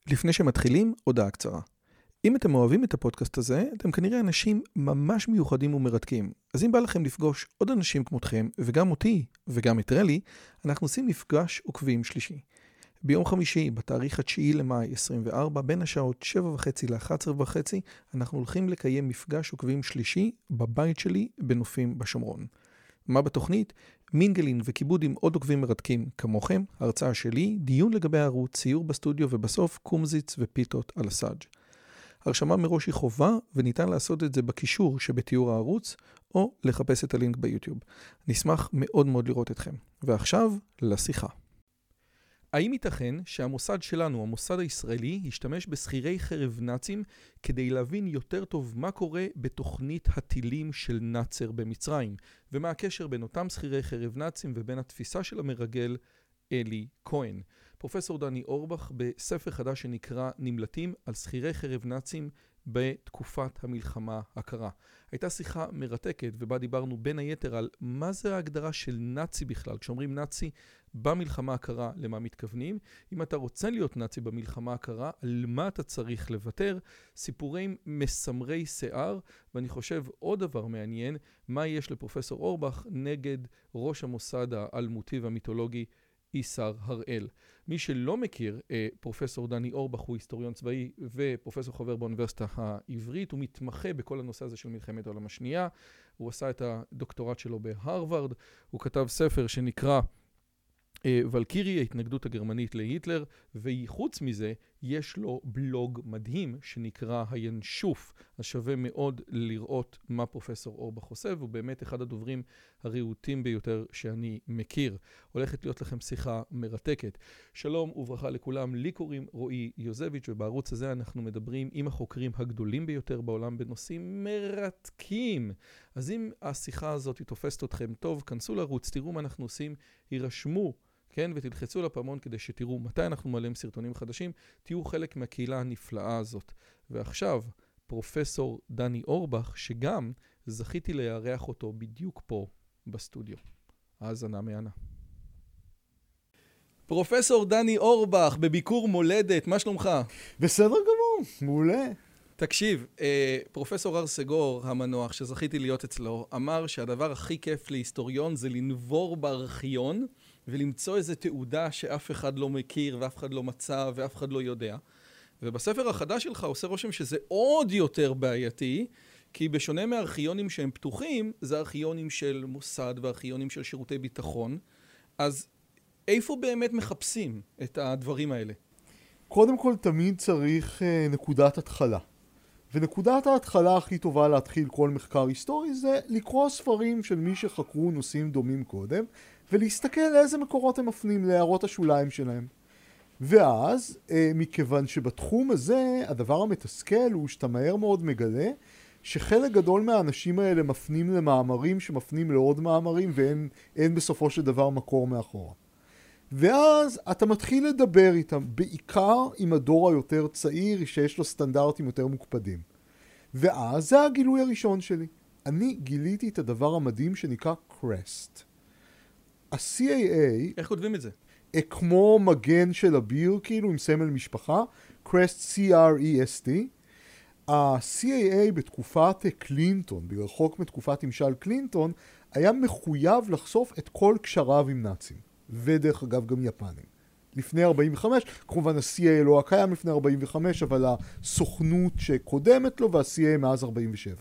לפני שמתחילים, הודעה קצרה. אם אתם אוהבים את הפודקאסט הזה, אתם כנראה אנשים ממש מיוחדים ומרתקים. אז אם בא לכם לפגוש עוד אנשים כמותכם, וגם אותי, וגם את רלי, אנחנו עושים מפגש עוקבים שלישי. ביום חמישי, בתאריך 9 למאי 24, בין השעות 7:30 ל-11:30, אנחנו הולכים לקיים מפגש עוקבים שלישי בבית שלי בנופים בשומרון. מה בתוכנית? מינגלין וכיבוד עם עוד עוקבים מרתקים כמוכם, הרצאה שלי, דיון לגבי הערוץ, ציור בסטודיו ובסוף קומזיץ ופיתות על הסאג'. הרשמה מראש היא חובה וניתן לעשות את זה בקישור שבתיאור הערוץ או לחפש את הלינק ביוטיוב. נשמח מאוד מאוד לראות אתכם. ועכשיו לשיחה. האם ייתכן שהמוסד שלנו, המוסד הישראלי, ישתמש בסחירי חרב נאצים כדי להבין יותר טוב מה קורה בתוכנית הטילים של נאצר במצרים, ומה הקשר בין אותם סחירי חרב נאצים ובין התפיסה של המרגל אלי כהן? פרופסור דני אורבך בספר חדש שנקרא נמלטים על סחירי חרב נאצים בתקופת המלחמה הקרה. הייתה שיחה מרתקת ובה דיברנו בין היתר על מה זה ההגדרה של נאצי בכלל. כשאומרים נאצי במלחמה הקרה, למה מתכוונים? אם אתה רוצה להיות נאצי במלחמה הקרה, על מה אתה צריך לוותר? סיפורים מסמרי שיער, ואני חושב עוד דבר מעניין, מה יש לפרופסור אורבך נגד ראש המוסד האלמותי והמיתולוגי איסר הראל. מי שלא מכיר, פרופסור דני אורבך הוא היסטוריון צבאי ופרופסור חבר באוניברסיטה העברית, הוא מתמחה בכל הנושא הזה של מלחמת העולם השנייה, הוא עשה את הדוקטורט שלו בהרווארד, הוא כתב ספר שנקרא ולקירי, ההתנגדות הגרמנית להיטלר, וחוץ מזה יש לו בלוג מדהים שנקרא הינשוף. אז שווה מאוד לראות מה פרופסור אורבך עושה, והוא באמת אחד הדוברים הרהוטים ביותר שאני מכיר. הולכת להיות לכם שיחה מרתקת. שלום וברכה לכולם, לי קוראים רועי יוזביץ', ובערוץ הזה אנחנו מדברים עם החוקרים הגדולים ביותר בעולם בנושאים מרתקים. אז אם השיחה הזאת תופסת אתכם טוב, כנסו לערוץ, תראו מה אנחנו עושים, יירשמו, כן, ותלחצו לפעמון כדי שתראו מתי אנחנו מעלים סרטונים חדשים, תהיו חלק מהקהילה הנפלאה הזאת. ועכשיו, פרופסור דני אורבך, שגם זכיתי לארח אותו בדיוק פה בסטודיו. האזנה מהנה. פרופסור דני אורבך, בביקור מולדת, מה שלומך? בסדר גמור, מעולה. תקשיב, פרופסור ארסגור המנוח, שזכיתי להיות אצלו, אמר שהדבר הכי כיף להיסטוריון זה לנבור בארכיון, ולמצוא איזו תעודה שאף אחד לא מכיר, ואף אחד לא מצא, ואף אחד לא יודע. ובספר החדש שלך עושה רושם שזה עוד יותר בעייתי, כי בשונה מארכיונים שהם פתוחים, זה ארכיונים של מוסד וארכיונים של שירותי ביטחון. אז איפה באמת מחפשים את הדברים האלה? קודם כל תמיד צריך נקודת התחלה. ונקודת ההתחלה הכי טובה להתחיל כל מחקר היסטורי זה לקרוא ספרים של מי שחקרו נושאים דומים קודם, ולהסתכל לאיזה מקורות הם מפנים, להערות השוליים שלהם. ואז, מכיוון שבתחום הזה, הדבר המתסכל הוא שאתה מהר מאוד מגלה, שחלק גדול מהאנשים האלה מפנים למאמרים שמפנים לעוד מאמרים, ואין בסופו של דבר מקור מאחורה. ואז אתה מתחיל לדבר איתם, בעיקר עם הדור היותר צעיר שיש לו סטנדרטים יותר מוקפדים. ואז זה הגילוי הראשון שלי. אני גיליתי את הדבר המדהים שנקרא CREST. ה-CAA... איך כותבים את זה? כמו מגן של אביר, כאילו עם סמל משפחה, CREST, C-R-E-S-T. ה-CAA בתקופת קלינטון, ברחוק מתקופת ממשל קלינטון, היה מחויב לחשוף את כל קשריו עם נאצים. ודרך אגב גם יפנים. לפני 45, כמובן ה-CA לא הקיים לפני 45, אבל הסוכנות שקודמת לו וה-CA מאז 47.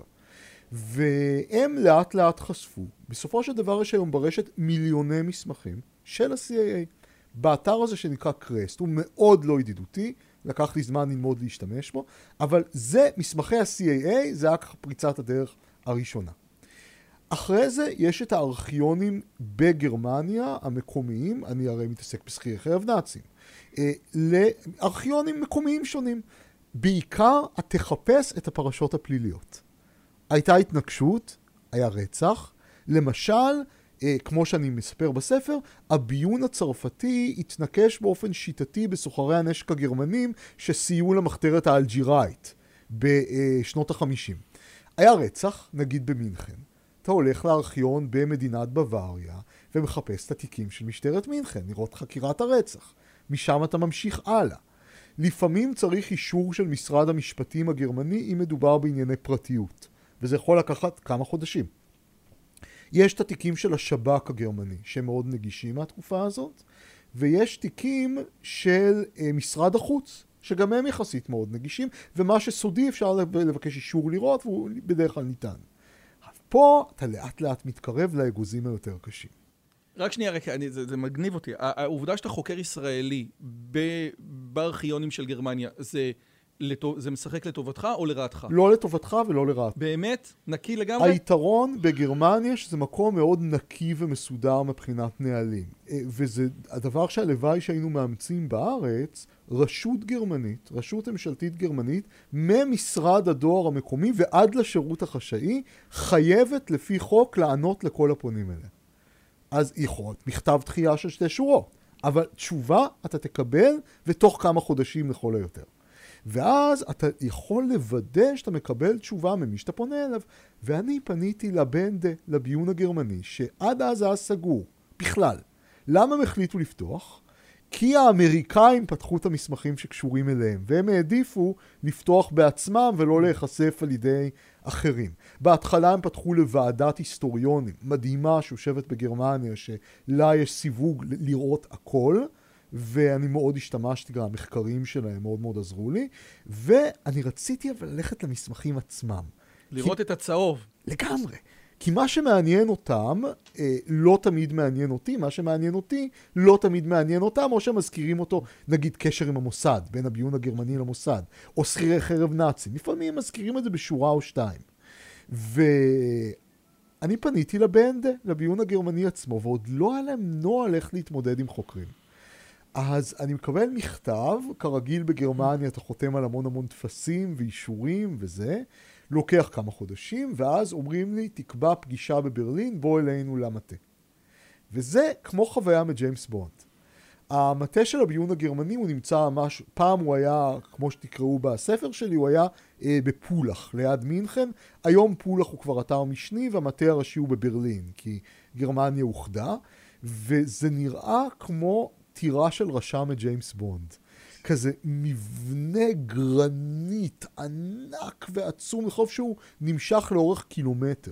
והם לאט לאט חשפו. בסופו של דבר יש היום ברשת מיליוני מסמכים של ה-CAA. באתר הזה שנקרא CREST, הוא מאוד לא ידידותי, לקח לי זמן ללמוד להשתמש בו, אבל זה מסמכי ה-CAA, זה רק פריצת הדרך הראשונה. אחרי זה יש את הארכיונים בגרמניה המקומיים, אני הרי מתעסק בסחירי חרב נאצים, לארכיונים מקומיים שונים. בעיקר תחפש את הפרשות הפליליות. הייתה התנגשות, היה רצח, למשל, כמו שאני מספר בספר, הביון הצרפתי התנקש באופן שיטתי בסוחרי הנשק הגרמנים שסייעו למחתרת האלג'יראית בשנות ה-50. היה רצח, נגיד במינכן. אתה הולך לארכיון במדינת בוואריה ומחפש את התיקים של משטרת מינכן, לראות חקירת הרצח. משם אתה ממשיך הלאה. לפעמים צריך אישור של משרד המשפטים הגרמני אם מדובר בענייני פרטיות, וזה יכול לקחת כמה חודשים. יש את התיקים של השב"כ הגרמני, שהם מאוד נגישים מהתקופה הזאת, ויש תיקים של משרד החוץ, שגם הם יחסית מאוד נגישים, ומה שסודי אפשר לבקש אישור לראות, והוא בדרך כלל ניתן. פה אתה לאט לאט מתקרב לאגוזים היותר קשים. רק שנייה, זה מגניב אותי. העובדה שאתה חוקר ישראלי בארכיונים של גרמניה, זה משחק לטובתך או לרעתך? לא לטובתך ולא לרעתך. באמת? נקי לגמרי? היתרון בגרמניה שזה מקום מאוד נקי ומסודר מבחינת נהלים. וזה הדבר שהלוואי שהיינו מאמצים בארץ, רשות גרמנית, רשות ממשלתית גרמנית, ממשרד הדואר המקומי ועד לשירות החשאי, חייבת לפי חוק לענות לכל הפונים האלה. אז יכול מכתב דחייה של 2 שורות, אבל תשובה אתה תקבל ותוך כמה חודשים לכל היותר. ואז אתה יכול לוודא שאתה מקבל תשובה ממי שאתה פונה אליו. ואני פניתי לבנדה, לביון הגרמני, שעד אז היה סגור, בכלל. למה הם החליטו לפתוח? כי האמריקאים פתחו את המסמכים שקשורים אליהם, והם העדיפו לפתוח בעצמם ולא להיחשף על ידי אחרים. בהתחלה הם פתחו לוועדת היסטוריונים, מדהימה שיושבת בגרמניה, שלה יש סיווג לראות הכל, ואני מאוד השתמשתי גם, המחקרים שלהם מאוד מאוד עזרו לי, ואני רציתי אבל ללכת למסמכים עצמם. לראות את הצהוב. לגמרי. כי מה שמעניין אותם לא תמיד מעניין אותי, מה שמעניין אותי לא תמיד מעניין אותם, או שמזכירים אותו, נגיד קשר עם המוסד, בין הביון הגרמני למוסד, או שכירי חרב נאצים. לפעמים מזכירים את זה בשורה או 2. ואני פניתי לבנדה, לביון הגרמני עצמו, ועוד לא היה להם נוהל איך להתמודד עם חוקרים. אז אני מקבל מכתב, כרגיל בגרמניה אתה חותם על המון תפסים ואישורים וזה, לוקח כמה חודשים, ואז אומרים לי, תקבע פגישה בברלין, בוא אלינו למטה. וזה כמו חוויה מג'יימס בונד. המטה של הביון הגרמני הוא נמצא ממש, פעם הוא היה, כמו שתקראו בספר שלי, הוא היה בפולח, ליד מינכן. היום פולח הוא כבר אתר משני, והמטה הראשי הוא בברלין, כי גרמניה אוחדה, וזה נראה כמו טירה של רשע מג'יימס בונד. כזה מבנה גרנית ענק ועצום, לחוב שהוא נמשך לאורך קילומטר.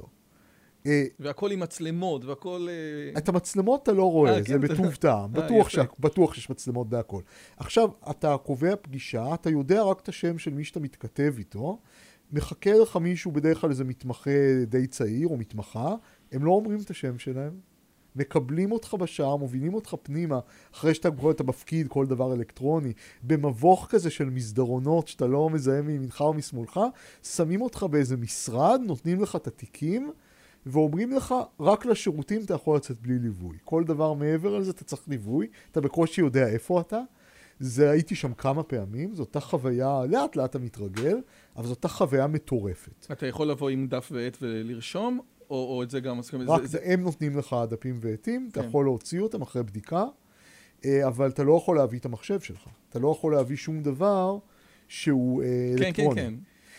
והכל עם מצלמות, והכל... את המצלמות אתה לא רואה, זה בטוב טעם. בטוח שיש מצלמות בהכל. עכשיו, אתה קובע פגישה, אתה יודע רק את השם של מי שאתה מתכתב איתו, מחכה לך מישהו, בדרך כלל איזה מתמחה די צעיר או מתמחה, הם לא אומרים את השם שלהם, מקבלים אותך בשער, מובילים אותך פנימה, אחרי שאתה קורא את המפקיד, כל דבר אלקטרוני, במבוך כזה של מסדרונות, שאתה לא מזהה מימינך או משמאלך, שמים אותך באיזה משרד, נותנים לך את התיקים, ואומרים לך, רק לשירותים אתה יכול לצאת בלי ליווי. כל דבר מעבר על זה אתה צריך ליווי, אתה בקושי יודע איפה אתה. הייתי שם כמה פעמים, זו אותה חוויה, לאט לאט אתה מתרגל, אבל זו אותה חוויה מטורפת. אתה יכול לבוא עם דף ועט ולרשום, או את זה גם... רק הם נותנים לך דפים ועטים, אתה יכול להוציא אותם אחרי בדיקה, אבל אתה לא יכול להביא את המחשב שלך. אתה לא יכול להביא שום דבר שהוא אלקטרוני. כן.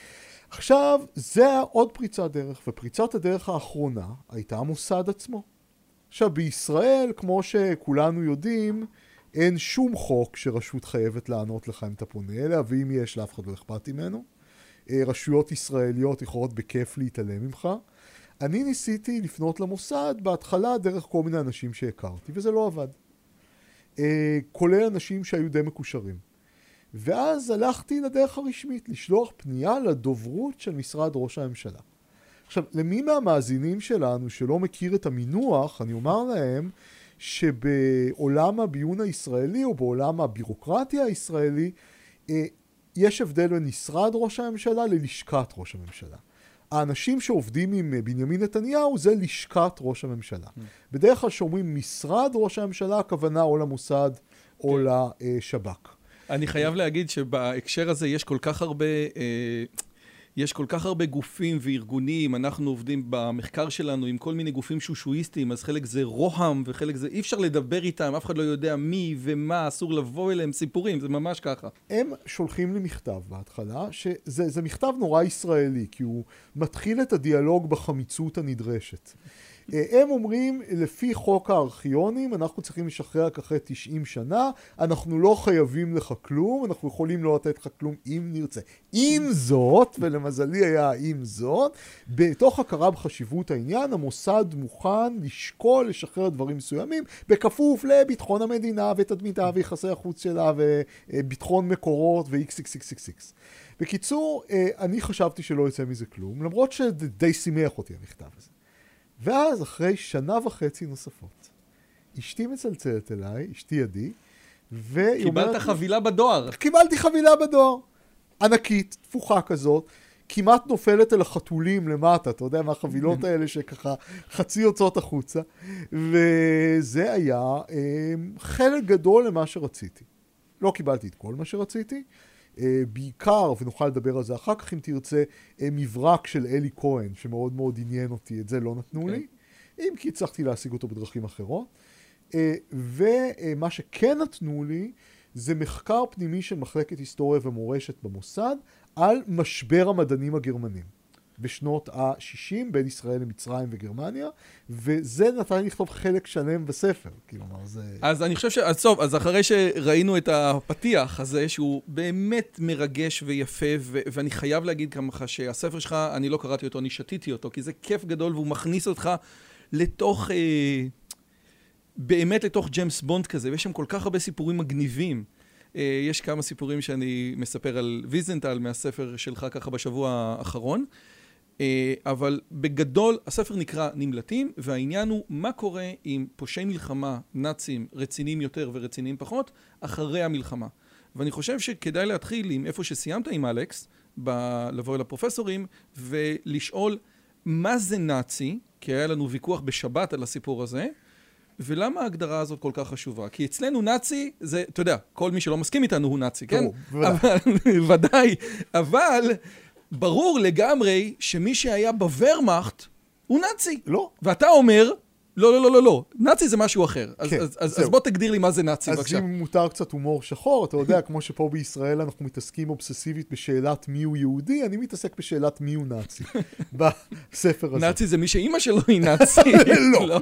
עכשיו, זה היה עוד פריצת דרך, ופריצת הדרך האחרונה הייתה המוסד עצמו. עכשיו, בישראל, כמו שכולנו יודעים, אין שום חוק שרשות חייבת לענות לך אם אתה פונה אליה, ואם יש, לאף אחד לא אכפת ממנו. רשויות ישראליות יכולות בכיף להתעלם ממך. אני ניסיתי לפנות למוסד בהתחלה דרך כל מיני אנשים שהכרתי, וזה לא עבד. כולל אנשים שהיו די מקושרים. ואז הלכתי לדרך הרשמית, לשלוח פנייה לדוברות של משרד ראש הממשלה. עכשיו, למי מהמאזינים שלנו שלא מכיר את המינוח, אני אומר להם שבעולם הביון הישראלי או בעולם הבירוקרטיה הישראלי, יש הבדל בין משרד ראש הממשלה ללשכת ראש הממשלה. האנשים שעובדים עם בנימין נתניהו זה לשכת ראש הממשלה. בדרך כלל שאומרים משרד ראש הממשלה, הכוונה או למוסד או לשב"כ. אני חייב להגיד שבהקשר הזה יש כל כך הרבה גופים וארגונים, אנחנו עובדים במחקר שלנו עם כל מיני גופים שושואיסטיים, אז חלק זה רוהם וחלק זה אי אפשר לדבר איתם, אף אחד לא יודע מי ומה, אסור לבוא אליהם, סיפורים, זה ממש ככה. הם שולחים לי מכתב בהתחלה, שזה מכתב נורא ישראלי, כי הוא מתחיל את הדיאלוג בחמיצות הנדרשת. הם אומרים, לפי חוק הארכיונים, אנחנו צריכים לשחרר רק אחרי 90 שנה, אנחנו לא חייבים לך כלום, אנחנו יכולים לא לתת לך כלום אם נרצה. עם זאת, ולמזלי היה עם זאת, בתוך הכרה בחשיבות העניין, המוסד מוכן לשקול, לשחרר דברים מסוימים, בכפוף לביטחון המדינה ותדמיתה ויחסי החוץ שלה וביטחון מקורות ו-XXXX. בקיצור, אני חשבתי שלא יצא מזה כלום, למרות שדי שימח אותי המכתב הזה. ואז אחרי 1.5 שנה נוספות, אשתי מצלצלת אליי, אשתי עדי, קיבלת חבילה בדואר. קיבלתי חבילה בדואר, ענקית, תפוחה כזאת, כמעט נופלת אל החתולים למטה, אתה יודע מה החבילות האלה שככה חצי יוצאות החוצה, וזה היה חלק גדול למה שרציתי. לא קיבלתי את כל מה שרציתי, בעיקר, ונוכל לדבר על זה אחר כך אם תרצה, מברק של אלי כהן, שמאוד מאוד עניין אותי, את זה לא נתנו לי, אם כי הצלחתי להשיג אותו בדרכים אחרות. ומה שכן נתנו לי, זה מחקר פנימי של מחלקת היסטוריה ומורשת במוסד, על משבר המדענים הגרמנים. בשנות ה-60 בין ישראל למצרים וגרמניה, וזה נתן לי לכתוב חלק שלם בספר. כלומר, זה... אז אני חושב טוב, אז אחרי שראינו את הפתיח הזה, שהוא באמת מרגש ויפה, ואני חייב להגיד כמוך שהספר שלך, אני לא קראתי אותו, אני שתיתי אותו, כי זה כיף גדול, והוא מכניס אותך לתוך, באמת לתוך ג'יימס בונד כזה, ויש שם כל כך הרבה סיפורים מגניבים. יש כמה סיפורים שאני מספר על ויזנטל מהספר שלך ככה בשבוע האחרון, אבל בגדול הספר נקרא נמלטים, והעניין הוא מה קורה עם פושעי מלחמה נאצים רציניים יותר ורציניים פחות אחרי המלחמה. ואני חושב שכדאי להתחיל עם איפה שסיימת עם אלכס, לבוא אל הפרופסורים ולשאול מה זה נאצי, כי היה לנו ויכוח בשבת על הסיפור הזה, ולמה ההגדרה הזאת כל כך חשובה? כי אצלנו נאצי זה, אתה יודע, כל מי שלא מסכים איתנו הוא נאצי, כן? ודאי, אבל ברור לגמרי שמי שהיה בוורמאכט הוא נאצי. לא. ואתה אומר, לא, נאצי זה משהו אחר. אז בוא תגדיר לי מה זה נאצי, בבקשה. אז אם מותר קצת הומור שחור, אתה יודע, כמו שפה בישראל אנחנו מתעסקים אובססיבית בשאלת מי הוא יהודי, אני מתעסק בשאלת מי הוא נאצי. בספר הזה. נאצי זה מי שאימא שלו היא נאצי. לא.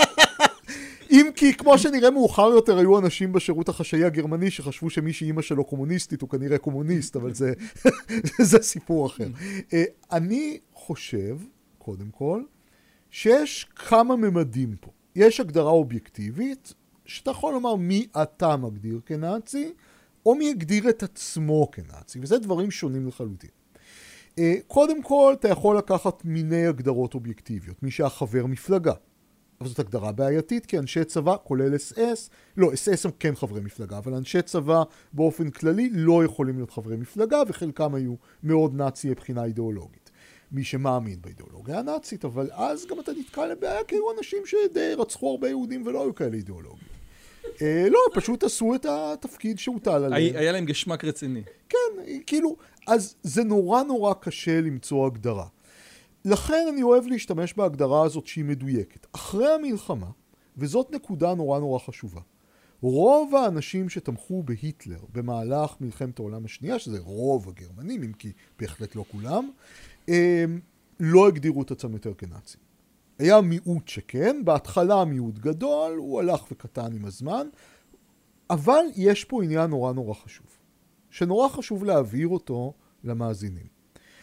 אם כי, כמו שנראה מאוחר יותר, היו אנשים בשירות החשאי הגרמני שחשבו שמי שאימא שלו קומוניסטית הוא כנראה קומוניסט, אבל זה סיפור אחר. אני חושב, קודם כל, שיש כמה ממדים פה. יש הגדרה אובייקטיבית, שאתה יכול לומר מי אתה מגדיר כנאצי, או מי יגדיר את עצמו כנאצי, וזה דברים שונים לחלוטין. קודם כל, אתה יכול לקחת מיני הגדרות אובייקטיביות, מי שהחבר מפלגה. אבל זאת הגדרה בעייתית, כי אנשי צבא, כולל SS, לא, SS הם כן חברי מפלגה, אבל אנשי צבא באופן כללי לא יכולים להיות חברי מפלגה, וחלקם היו מאוד נאצי מבחינה אידיאולוגית. מי שמאמין באידיאולוגיה הנאצית, אבל אז גם אתה נתקע לבעיה, כי היו אנשים שדי רצחו הרבה יהודים ולא היו כאלה אידיאולוגיים. לא, פשוט עשו את התפקיד שהוטל עליהם. היה להם גשמק רציני. כן, כאילו, אז זה נורא קשה למצוא הגדרה. לכן אני אוהב להשתמש בהגדרה הזאת שהיא מדויקת. אחרי המלחמה, וזאת נקודה נורא חשובה, רוב האנשים שתמכו בהיטלר במהלך מלחמת העולם השנייה, שזה רוב הגרמנים, אם כי בהחלט לא כולם, לא הגדירו את עצמם יותר כנאצים. היה מיעוט שכן, בהתחלה מיעוט גדול, הוא הלך וקטן עם הזמן, אבל יש פה עניין נורא חשוב, שנורא חשוב להעביר אותו למאזינים.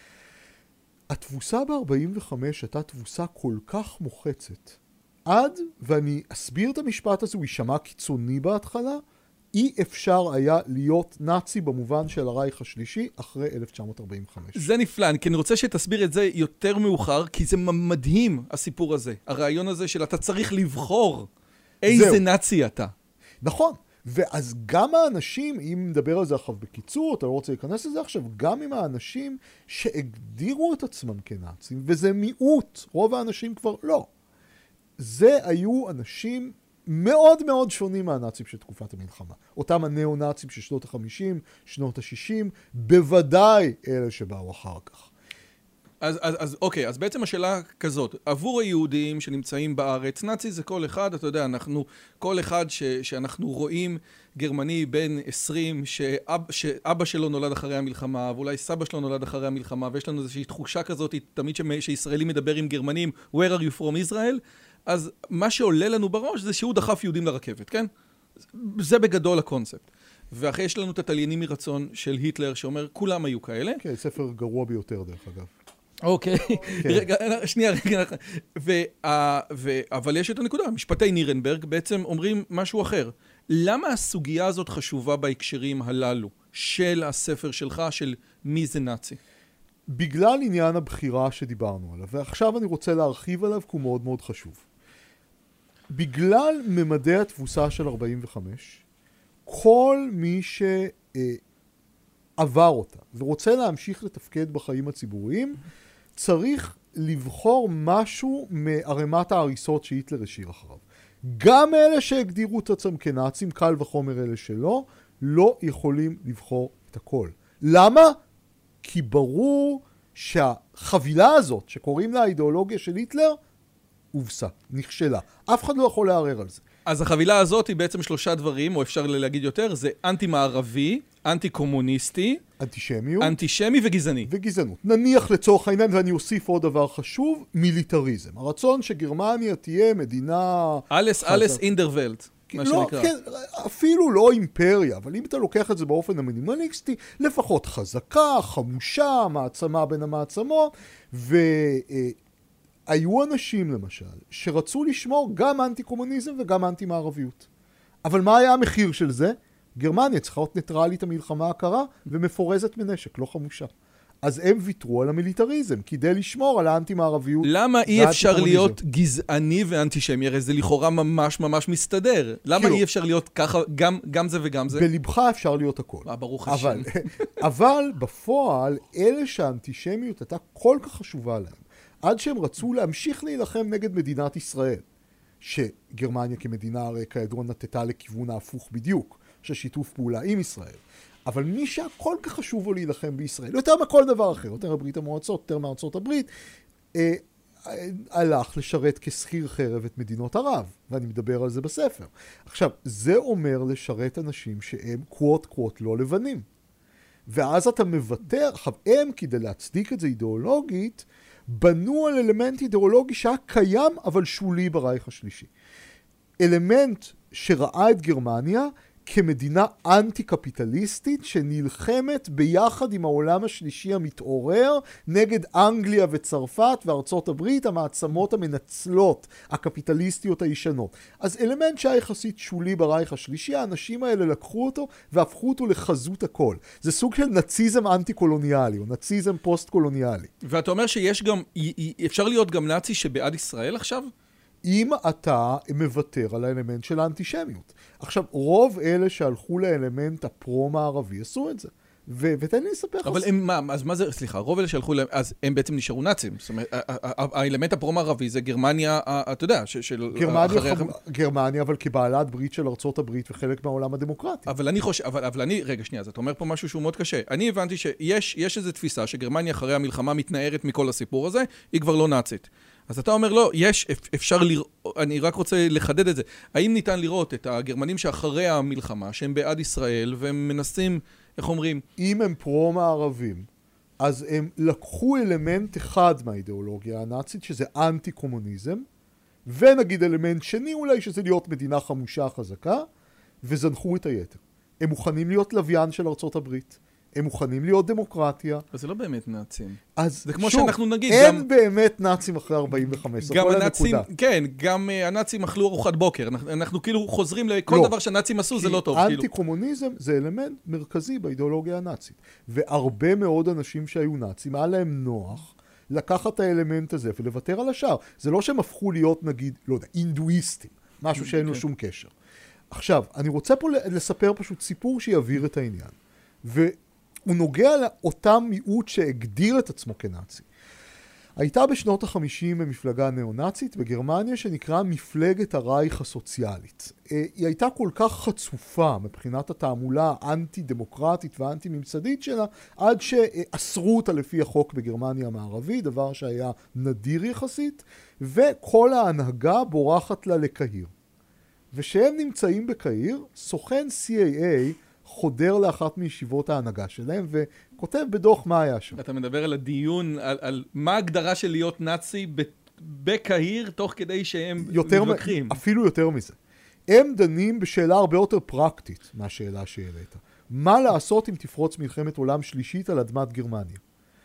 התבוסה ב-45 הייתה תבוסה כל כך מוחצת, עד, ואני אסביר את המשפט הזה, הוא יישמע קיצוני בהתחלה, אי אפשר היה להיות נאצי במובן של הרייך השלישי אחרי 1945. זה נפלא, כי אני רוצה שתסביר את זה יותר מאוחר, כי זה מדהים הסיפור הזה, הרעיון הזה של אתה צריך לבחור איזה נאצי אתה. נכון. ואז גם האנשים, אם נדבר על זה עכשיו בקיצור, אתה לא רוצה להיכנס לזה עכשיו, גם עם האנשים שהגדירו את עצמם כנאצים, וזה מיעוט, רוב האנשים כבר לא. זה היו אנשים מאוד שונים מהנאצים של תקופת המלחמה. אותם הנאו-נאצים של שנות ה-50, שנות ה-60, בוודאי אלה שבאו אחר כך. אז אוקיי, אז בעצם השאלה כזאת, עבור היהודים שנמצאים בארץ, נאצי זה כל אחד, אתה יודע, כל אחד שאנחנו רואים גרמני בן 20, שאבא שלו נולד אחרי המלחמה, ואולי סבא שלו נולד אחרי המלחמה, ויש לנו איזושהי תחושה כזאת, תמיד שישראלי מדבר עם גרמנים, where are you from Israel? אז מה שעולה לנו בראש זה שהוא דחף יהודים לרכבת, כן? זה בגדול הקונספט. ואחרי יש לנו את התליינים מרצון של היטלר שאומר, כולם היו כאלה. כן, ספר גרוע ביותר דרך אגב. אוקיי, רגע, שנייה, אבל יש את הנקודה, משפטי נירנברג בעצם אומרים משהו אחר. למה הסוגיה הזאת חשובה בהקשרים הללו של הספר שלך, של מי זה נאצי? בגלל עניין הבחירה שדיברנו עליו, ועכשיו אני רוצה להרחיב עליו, כי הוא מאוד מאוד חשוב. בגלל ממדי התבוסה של 45, כל מי שעבר אותה ורוצה להמשיך לתפקד בחיים הציבוריים, צריך לבחור משהו מערימת ההריסות שהיטלר השאיר אחריו. גם אלה שהגדירו את עצמם כנאצים, קל וחומר אלה שלא, לא יכולים לבחור את הכל. למה? כי ברור שהחבילה הזאת, שקוראים לה האידיאולוגיה של היטלר, הובסה, נכשלה. אף אחד לא יכול לערער על זה. אז החבילה הזאת היא בעצם 3 דברים, או אפשר להגיד יותר, זה אנטי-מערבי, אנטי-קומוניסטי, אנטישמי וגזעני. וגזענות. נניח לצורך העניין, ואני אוסיף עוד דבר חשוב, מיליטריזם. הרצון שגרמניה תהיה מדינה... אלס אינדרוולט, מה שנקרא. כן, אפילו לא אימפריה, אבל אם אתה לוקח את זה באופן המינימליסטי, לפחות חזקה, חמושה, מעצמה בין המעצמות, היו אנשים למשל שרצו לשמור גם אנטי-קומוניזם וגם אנטי-מערביות. אבל מה היה המחיר של זה? גרמניה צריכה להיות ניטרלית המלחמה הקרה ומפורזת מנשק, לא חמושה. אז הם ויתרו על המיליטריזם כדי לשמור על האנטי-מערביות. למה אי אפשר להיות גזעני ואנטישמי? הרי זה לכאורה ממש ממש מסתדר. למה אי אפשר להיות ככה גם זה וגם זה? בלבך אפשר להיות הכל. ברוך השם. אבל בפועל אלה שהאנטישמיות הייתה כל כך חשובה להם. עד שהם רצו להמשיך להילחם נגד מדינת ישראל, שגרמניה כמדינה הרי כידוע נטטה לכיוון ההפוך בדיוק, ששיתוף פעולה עם ישראל. אבל מי שהכל כך חשוב לו להילחם בישראל, יותר מכל דבר אחר, יותר מברית המועצות, יותר מארצות הברית, הלך לשרת כשכיר חרב את מדינות ערב, ואני מדבר על זה בספר. עכשיו, זה אומר לשרת אנשים שהם קוואט לא לבנים. ואז אתה מוותר, הם כדי להצדיק את זה אידיאולוגית, בנו על אלמנט אידיאולוגי שהיה קיים אבל שולי ברייך השלישי. אלמנט שראה את גרמניה כמדינה אנטי-קפיטליסטית שנלחמת ביחד עם העולם השלישי המתעורר נגד אנגליה וצרפת וארצות הברית, המעצמות המנצלות, הקפיטליסטיות הישנות. אז אלמנט שהיה יחסית שולי ברייך השלישי, האנשים האלה לקחו אותו והפכו אותו לחזות הכל. זה סוג של נאציזם אנטי-קולוניאלי או נאציזם פוסט-קולוניאלי. ואתה אומר שיש גם, אפשר להיות גם נאצי שבעד ישראל עכשיו? אם אתה מוותר על האלמנט של האנטישמיות. עכשיו, רוב אלה שהלכו לאלמנט הפרו-מערבי עשו את זה. ותן לי לספר לך. אבל הם, אז מה זה, סליחה, רוב אלה שהלכו להם, אז הם בעצם נשארו נאצים. זאת אומרת, האלמנט הפרו-מערבי זה גרמניה, אתה יודע, גרמניה, אבל כבעלת ברית של ארצות הברית וחלק מהעולם הדמוקרטי. אבל אני חושב, רגע, שנייה, אז אתה אומר פה משהו שהוא מאוד קשה. אני הבנתי שיש איזו תפיסה שגרמניה אחרי המלחמה מתנערת מכל הסיפור הזה, היא כבר לא נאצית. אז אתה אומר, לא, אפשר לראות, אני רק רוצה לחדד את זה. האם ניתן לראות את הגרמנים שאחרי המלחמה, שהם בעד ישראל, והם מנסים, איך אומרים? אם הם פרו-מערבים, אז הם לקחו אלמנט אחד מהאידיאולוגיה הנאצית, שזה אנטי-קומוניזם, ונגיד אלמנט שני אולי, שזה להיות מדינה חמושה חזקה, וזנחו את היתר. הם מוכנים להיות לוויין של ארצות הברית. הם מוכנים להיות דמוקרטיה. אז זה לא באמת נאצים. אז זה כמו שאנחנו נגיד, אין באמת נאצים אחרי 45, גם הנאצים, כן, גם הנאצים אכלו ארוחת בוקר. אנחנו כאילו חוזרים לכל דבר שהנאצים עשו, זה לא טוב. אנטי-קומוניזם זה אלמנט מרכזי באידיאולוגיה הנאצית. והרבה מאוד אנשים שהיו נאצים, היה להם נוח לקחת את האלמנט הזה ולוותר על השאר. זה לא שהם הפכו להיות, נגיד, לא יודע, אינדואיסטים, משהו שאין לו שום קשר. עכשיו, אני רוצה פה לספר פשוט סיפור שיעביר את העניין. הוא נוגע לאותם מיעוט שהגדיר את עצמו כנאצי. הייתה בשנות ה-50 במפלגה נאו-נאצית בגרמניה שנקרא מפלגת הרייך הסוציאלית. היא הייתה כל כך חצופה מבחינת התעמולה האנטי-דמוקרטית והאנטי-ממסדית שלה, עד שאסרו אותה לפי החוק בגרמניה המערבית, דבר שהיה נדיר יחסית, וכל ההנהגה בורחת לה לקהיר. ושהם נמצאים בקהיר, סוכן CAA חודר לאחת מישיבות ההנהגה שלהם, וכותב בדוח מה היה שם. אתה מדבר על הדיון, על מה ההגדרה של להיות נאצי בקהיר תוך כדי שהם מתווכחים. אפילו יותר מזה. הם דנים בשאלה הרבה יותר פרקטית מהשאלה שהעלית. מה לעשות אם תפרוץ מלחמת עולם שלישית על אדמת גרמניה?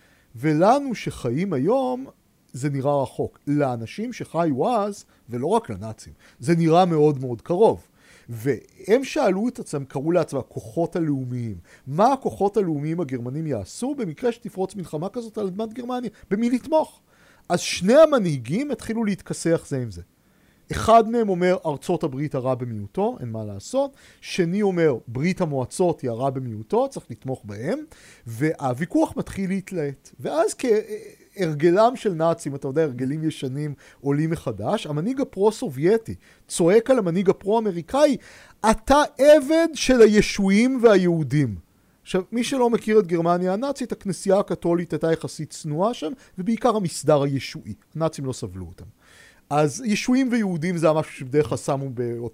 ולנו שחיים היום, זה נראה רחוק. לאנשים שחיו אז, ולא רק לנאצים, זה נראה מאוד מאוד קרוב. והם שאלו את עצמם, קראו לעצמם הכוחות הלאומיים. מה הכוחות הלאומיים הגרמנים יעשו במקרה שתפרוץ מלחמה כזאת על אדמת גרמניה? במי לתמוך? אז שני המנהיגים התחילו להתכסח זה עם זה. אחד מהם אומר, ארצות הברית הרע במיעוטו, אין מה לעשות. שני אומר, ברית המועצות היא הרע במיעוטו, צריך לתמוך בהם. והוויכוח מתחיל להתלהט. ואז כהרגלם של נאצים, אתה יודע, הרגלים ישנים עולים מחדש, המנהיג הפרו-סובייטי צועק על המנהיג הפרו-אמריקאי, אתה עבד של הישועים והיהודים. עכשיו, מי שלא מכיר את גרמניה הנאצית, הכנסייה הקתולית הייתה יחסית צנועה שם, ובעיקר המסדר הישועי. הנאצים לא סבלו אותם. אז ישועים ויהודים זה משהו שבדרך כלל שמו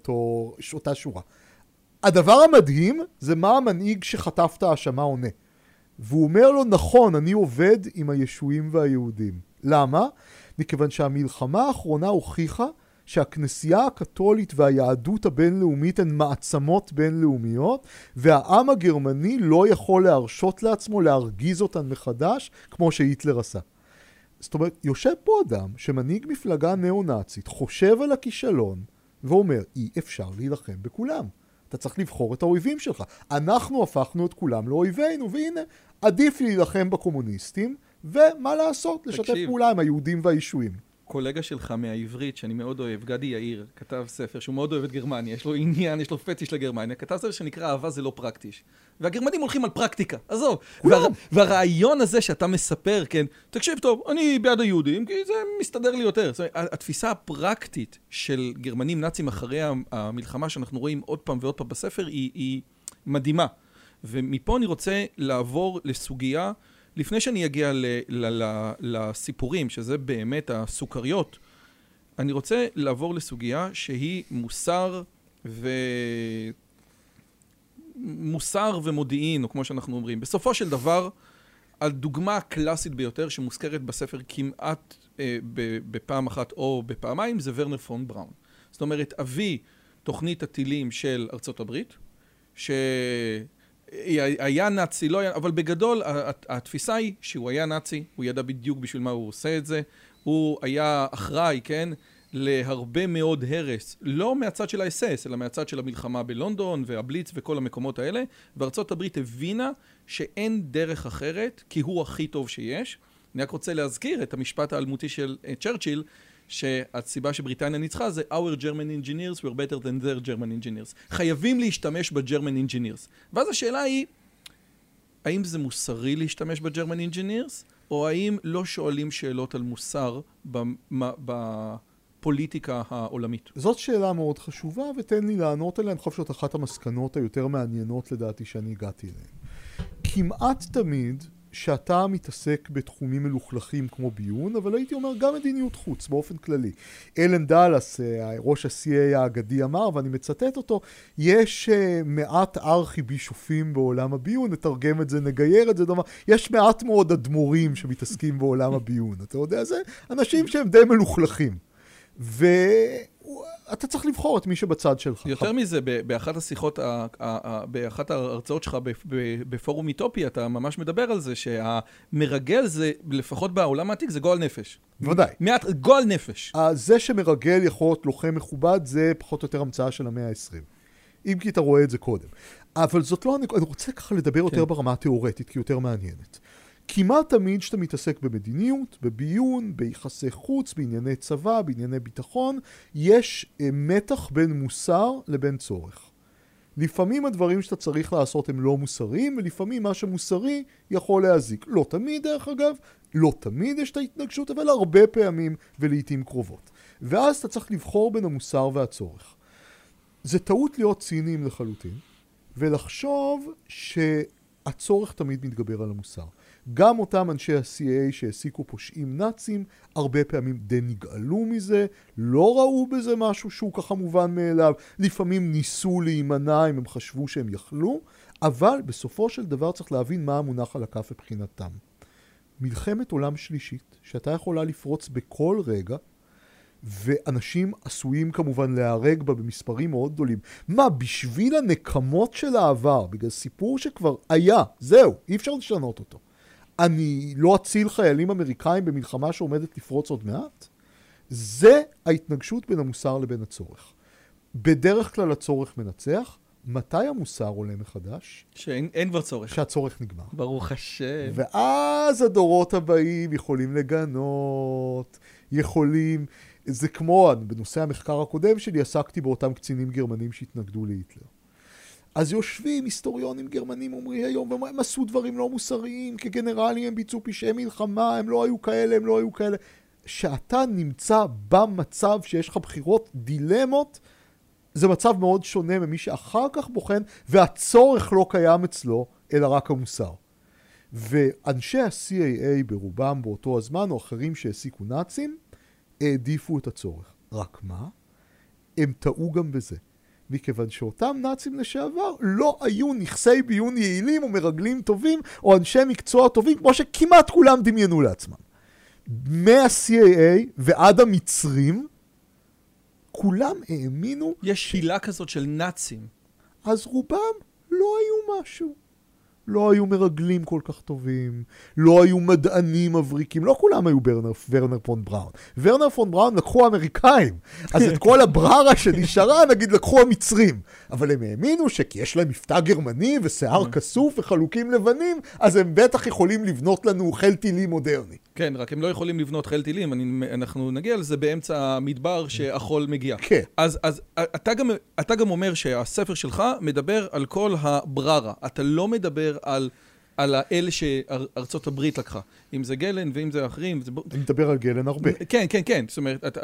באותה שורה. הדבר המדהים זה מה המנהיג שחטף את האשמה עונה. והוא אומר לו, נכון, אני עובד עם הישועים והיהודים. למה? מכיוון שהמלחמה האחרונה הוכיחה שהכנסייה הקתולית והיהדות הבינלאומית הן מעצמות בינלאומיות, והעם הגרמני לא יכול להרשות לעצמו להרגיז אותן מחדש, כמו שהיטלר עשה. זאת אומרת, יושב פה אדם שמנהיג מפלגה נאו-נאצית, חושב על הכישלון, ואומר, אי אפשר להילחם בכולם. אתה צריך לבחור את האויבים שלך. אנחנו הפכנו את כולם לאויבינו, והנה, עדיף להילחם בקומוניסטים, ומה לעשות? לשתף פעולה עם היהודים והישועים. קולגה שלך מהעברית, שאני מאוד אוהב, גדי יאיר, כתב ספר שהוא מאוד אוהב את גרמניה, יש לו עניין, יש לו פטיש לגרמניה, כתב ספר שנקרא אהבה זה לא פרקטיש. והגרמנים הולכים על פרקטיקה, עזוב. והרעיון הזה שאתה מספר, כן, תקשיב טוב, אני בעד היהודים, כי זה מסתדר לי יותר. זאת אומרת, התפיסה הפרקטית של גרמנים נאצים אחרי המלחמה שאנחנו רואים עוד פעם ועוד פעם בספר, היא מדהימה. ומפה אני רוצה לעבור לסוגיה, לפני שאני אגיע לסיפורים, שזה באמת הסוכריות, אני רוצה לעבור לסוגיה שהיא מוסר ומודיעין, או כמו שאנחנו אומרים. בסופו של דבר, הדוגמה הקלאסית ביותר שמוזכרת בספר כמעט בפעם אחת או בפעמיים, זה ורנר פון בראון. זאת אומרת, אבי תוכנית הטילים של ארצות הברית, היה נאצי, לא היה, אבל בגדול התפיסה היא שהוא היה נאצי, הוא ידע בדיוק בשביל מה הוא עושה את זה, הוא היה אחראי, כן, להרבה מאוד הרס, לא מהצד של ה-SS, אלא מהצד של המלחמה בלונדון והבליץ וכל המקומות האלה, וארצות הברית הבינה שאין דרך אחרת, כי הוא הכי טוב שיש. אני רק רוצה להזכיר את המשפט האלמותי של צ'רצ'יל, שהסיבה שבריטניה ניצחה זה Our German engineers were better than their German engineers. חייבים להשתמש ב-German engineers. ואז השאלה היא, האם זה מוסרי להשתמש ב-German engineers, או האם לא שואלים שאלות על מוסר בפוליטיקה העולמית? זאת שאלה מאוד חשובה, ותן לי לענות עליה. אני חושב שזאת אחת המסקנות היותר מעניינות לדעתי שאני הגעתי אליהן. כמעט תמיד שאתה מתעסק בתחומים מלוכלכים כמו ביון, אבל הייתי אומר גם מדיניות חוץ באופן כללי. אלן דאלס, ראש ה-CIA האגדי אמר, ואני מצטט אותו, יש מעט ארכיבישופים בעולם הביון, נתרגם את זה, נגייר את זה, דומה. יש מעט מאוד אדמו"רים שמתעסקים בעולם הביון. אתה יודע, זה אנשים שהם די מלוכלכים. אתה צריך לבחור את מי שבצד שלך. יותר מזה, באחת השיחות, באחת ההרצאות שלך בפורום איטופיה, אתה ממש מדבר על זה שהמרגל זה, לפחות בעולם העתיק, זה גועל נפש. ודאי. גועל נפש. זה שמרגל יכול להיות לוחם מכובד, זה פחות או יותר המצאה של המאה ה-20. אם כי אתה רואה את זה קודם. אבל זאת לא, אני רוצה ככה לדבר יותר ברמה התיאורטית, כי יותר מעניינת. כמעט תמיד שאתה מתעסק במדיניות, בביון, ביחסי חוץ, בענייני צבא, בענייני ביטחון, יש מתח בין מוסר לבין צורך. לפעמים הדברים שאתה צריך לעשות הם לא מוסריים, ולפעמים מה שמוסרי יכול להזיק. לא תמיד דרך אגב, לא תמיד יש את ההתנגשות, אבל הרבה פעמים ולעיתים קרובות. ואז אתה צריך לבחור בין המוסר והצורך. זה טעות להיות ציניים לחלוטין, ולחשוב שהצורך תמיד מתגבר על המוסר. גם אותם אנשי ה-CIA שהעסיקו פושעים נאצים, הרבה פעמים די נגאלו מזה, לא ראו בזה משהו שהוא ככה מובן מאליו, לפעמים ניסו להימנע אם הם חשבו שהם יכלו, אבל בסופו של דבר צריך להבין מה המונח על הכף מבחינתם. מלחמת עולם שלישית, שאתה יכולה לפרוץ בכל רגע, ואנשים עשויים כמובן להיהרג בה במספרים מאוד גדולים. מה, בשביל הנקמות של העבר, בגלל סיפור שכבר היה, זהו, אי אפשר לשנות אותו. אני לא אציל חיילים אמריקאים במלחמה שעומדת לפרוץ עוד מעט? זה ההתנגשות בין המוסר לבין הצורך. בדרך כלל הצורך מנצח. מתי המוסר עולה מחדש? שאין כבר צורך. שהצורך נגמר. ברוך השם. ואז הדורות הבאים יכולים לגנות, יכולים... זה כמו, בנושא המחקר הקודם שלי, עסקתי באותם קצינים גרמנים שהתנגדו להיטלר. אז יושבים היסטוריונים גרמנים אומרים היום, והם עשו דברים לא מוסריים, כגנרלים הם ביצעו פשעי מלחמה, הם לא היו כאלה, הם לא היו כאלה. שאתה נמצא במצב שיש לך בחירות, דילמות, זה מצב מאוד שונה ממי שאחר כך בוחן, והצורך לא קיים אצלו, אלא רק המוסר. ואנשי ה-CAA ברובם באותו הזמן, או אחרים שהעסיקו נאצים, העדיפו את הצורך. רק מה? הם טעו גם בזה. מכיוון שאותם נאצים לשעבר לא היו נכסי ביון יעילים או מרגלים טובים, או אנשי מקצוע טובים, כמו שכמעט כולם דמיינו לעצמם. מה-CAA ועד המצרים, כולם האמינו... יש הילה כזאת של נאצים. אז רובם לא היו משהו. לא היו מרגלים כל כך טובים, לא היו מדענים מבריקים, לא כולם היו ורנר פון בראון. ורנר פון בראון לקחו האמריקאים, אז את כל הבררה שנשארה, נגיד, לקחו המצרים. אבל הם האמינו שכי יש להם מבטא גרמני ושיער כסוף וחלוקים לבנים, אז הם בטח יכולים לבנות לנו חיל טילים מודרני. כן, רק הם לא יכולים לבנות חיל טילים, אנחנו נגיע לזה באמצע המדבר שהחול מגיע. כן. אז אתה גם אומר שהספר שלך מדבר על כל הבררה, אתה לא מדבר על האלה שארצות הברית לקחה. אם זה גלן ואם זה אחרים. אני מדבר על גלן הרבה. כן, כן, כן. זאת אומרת,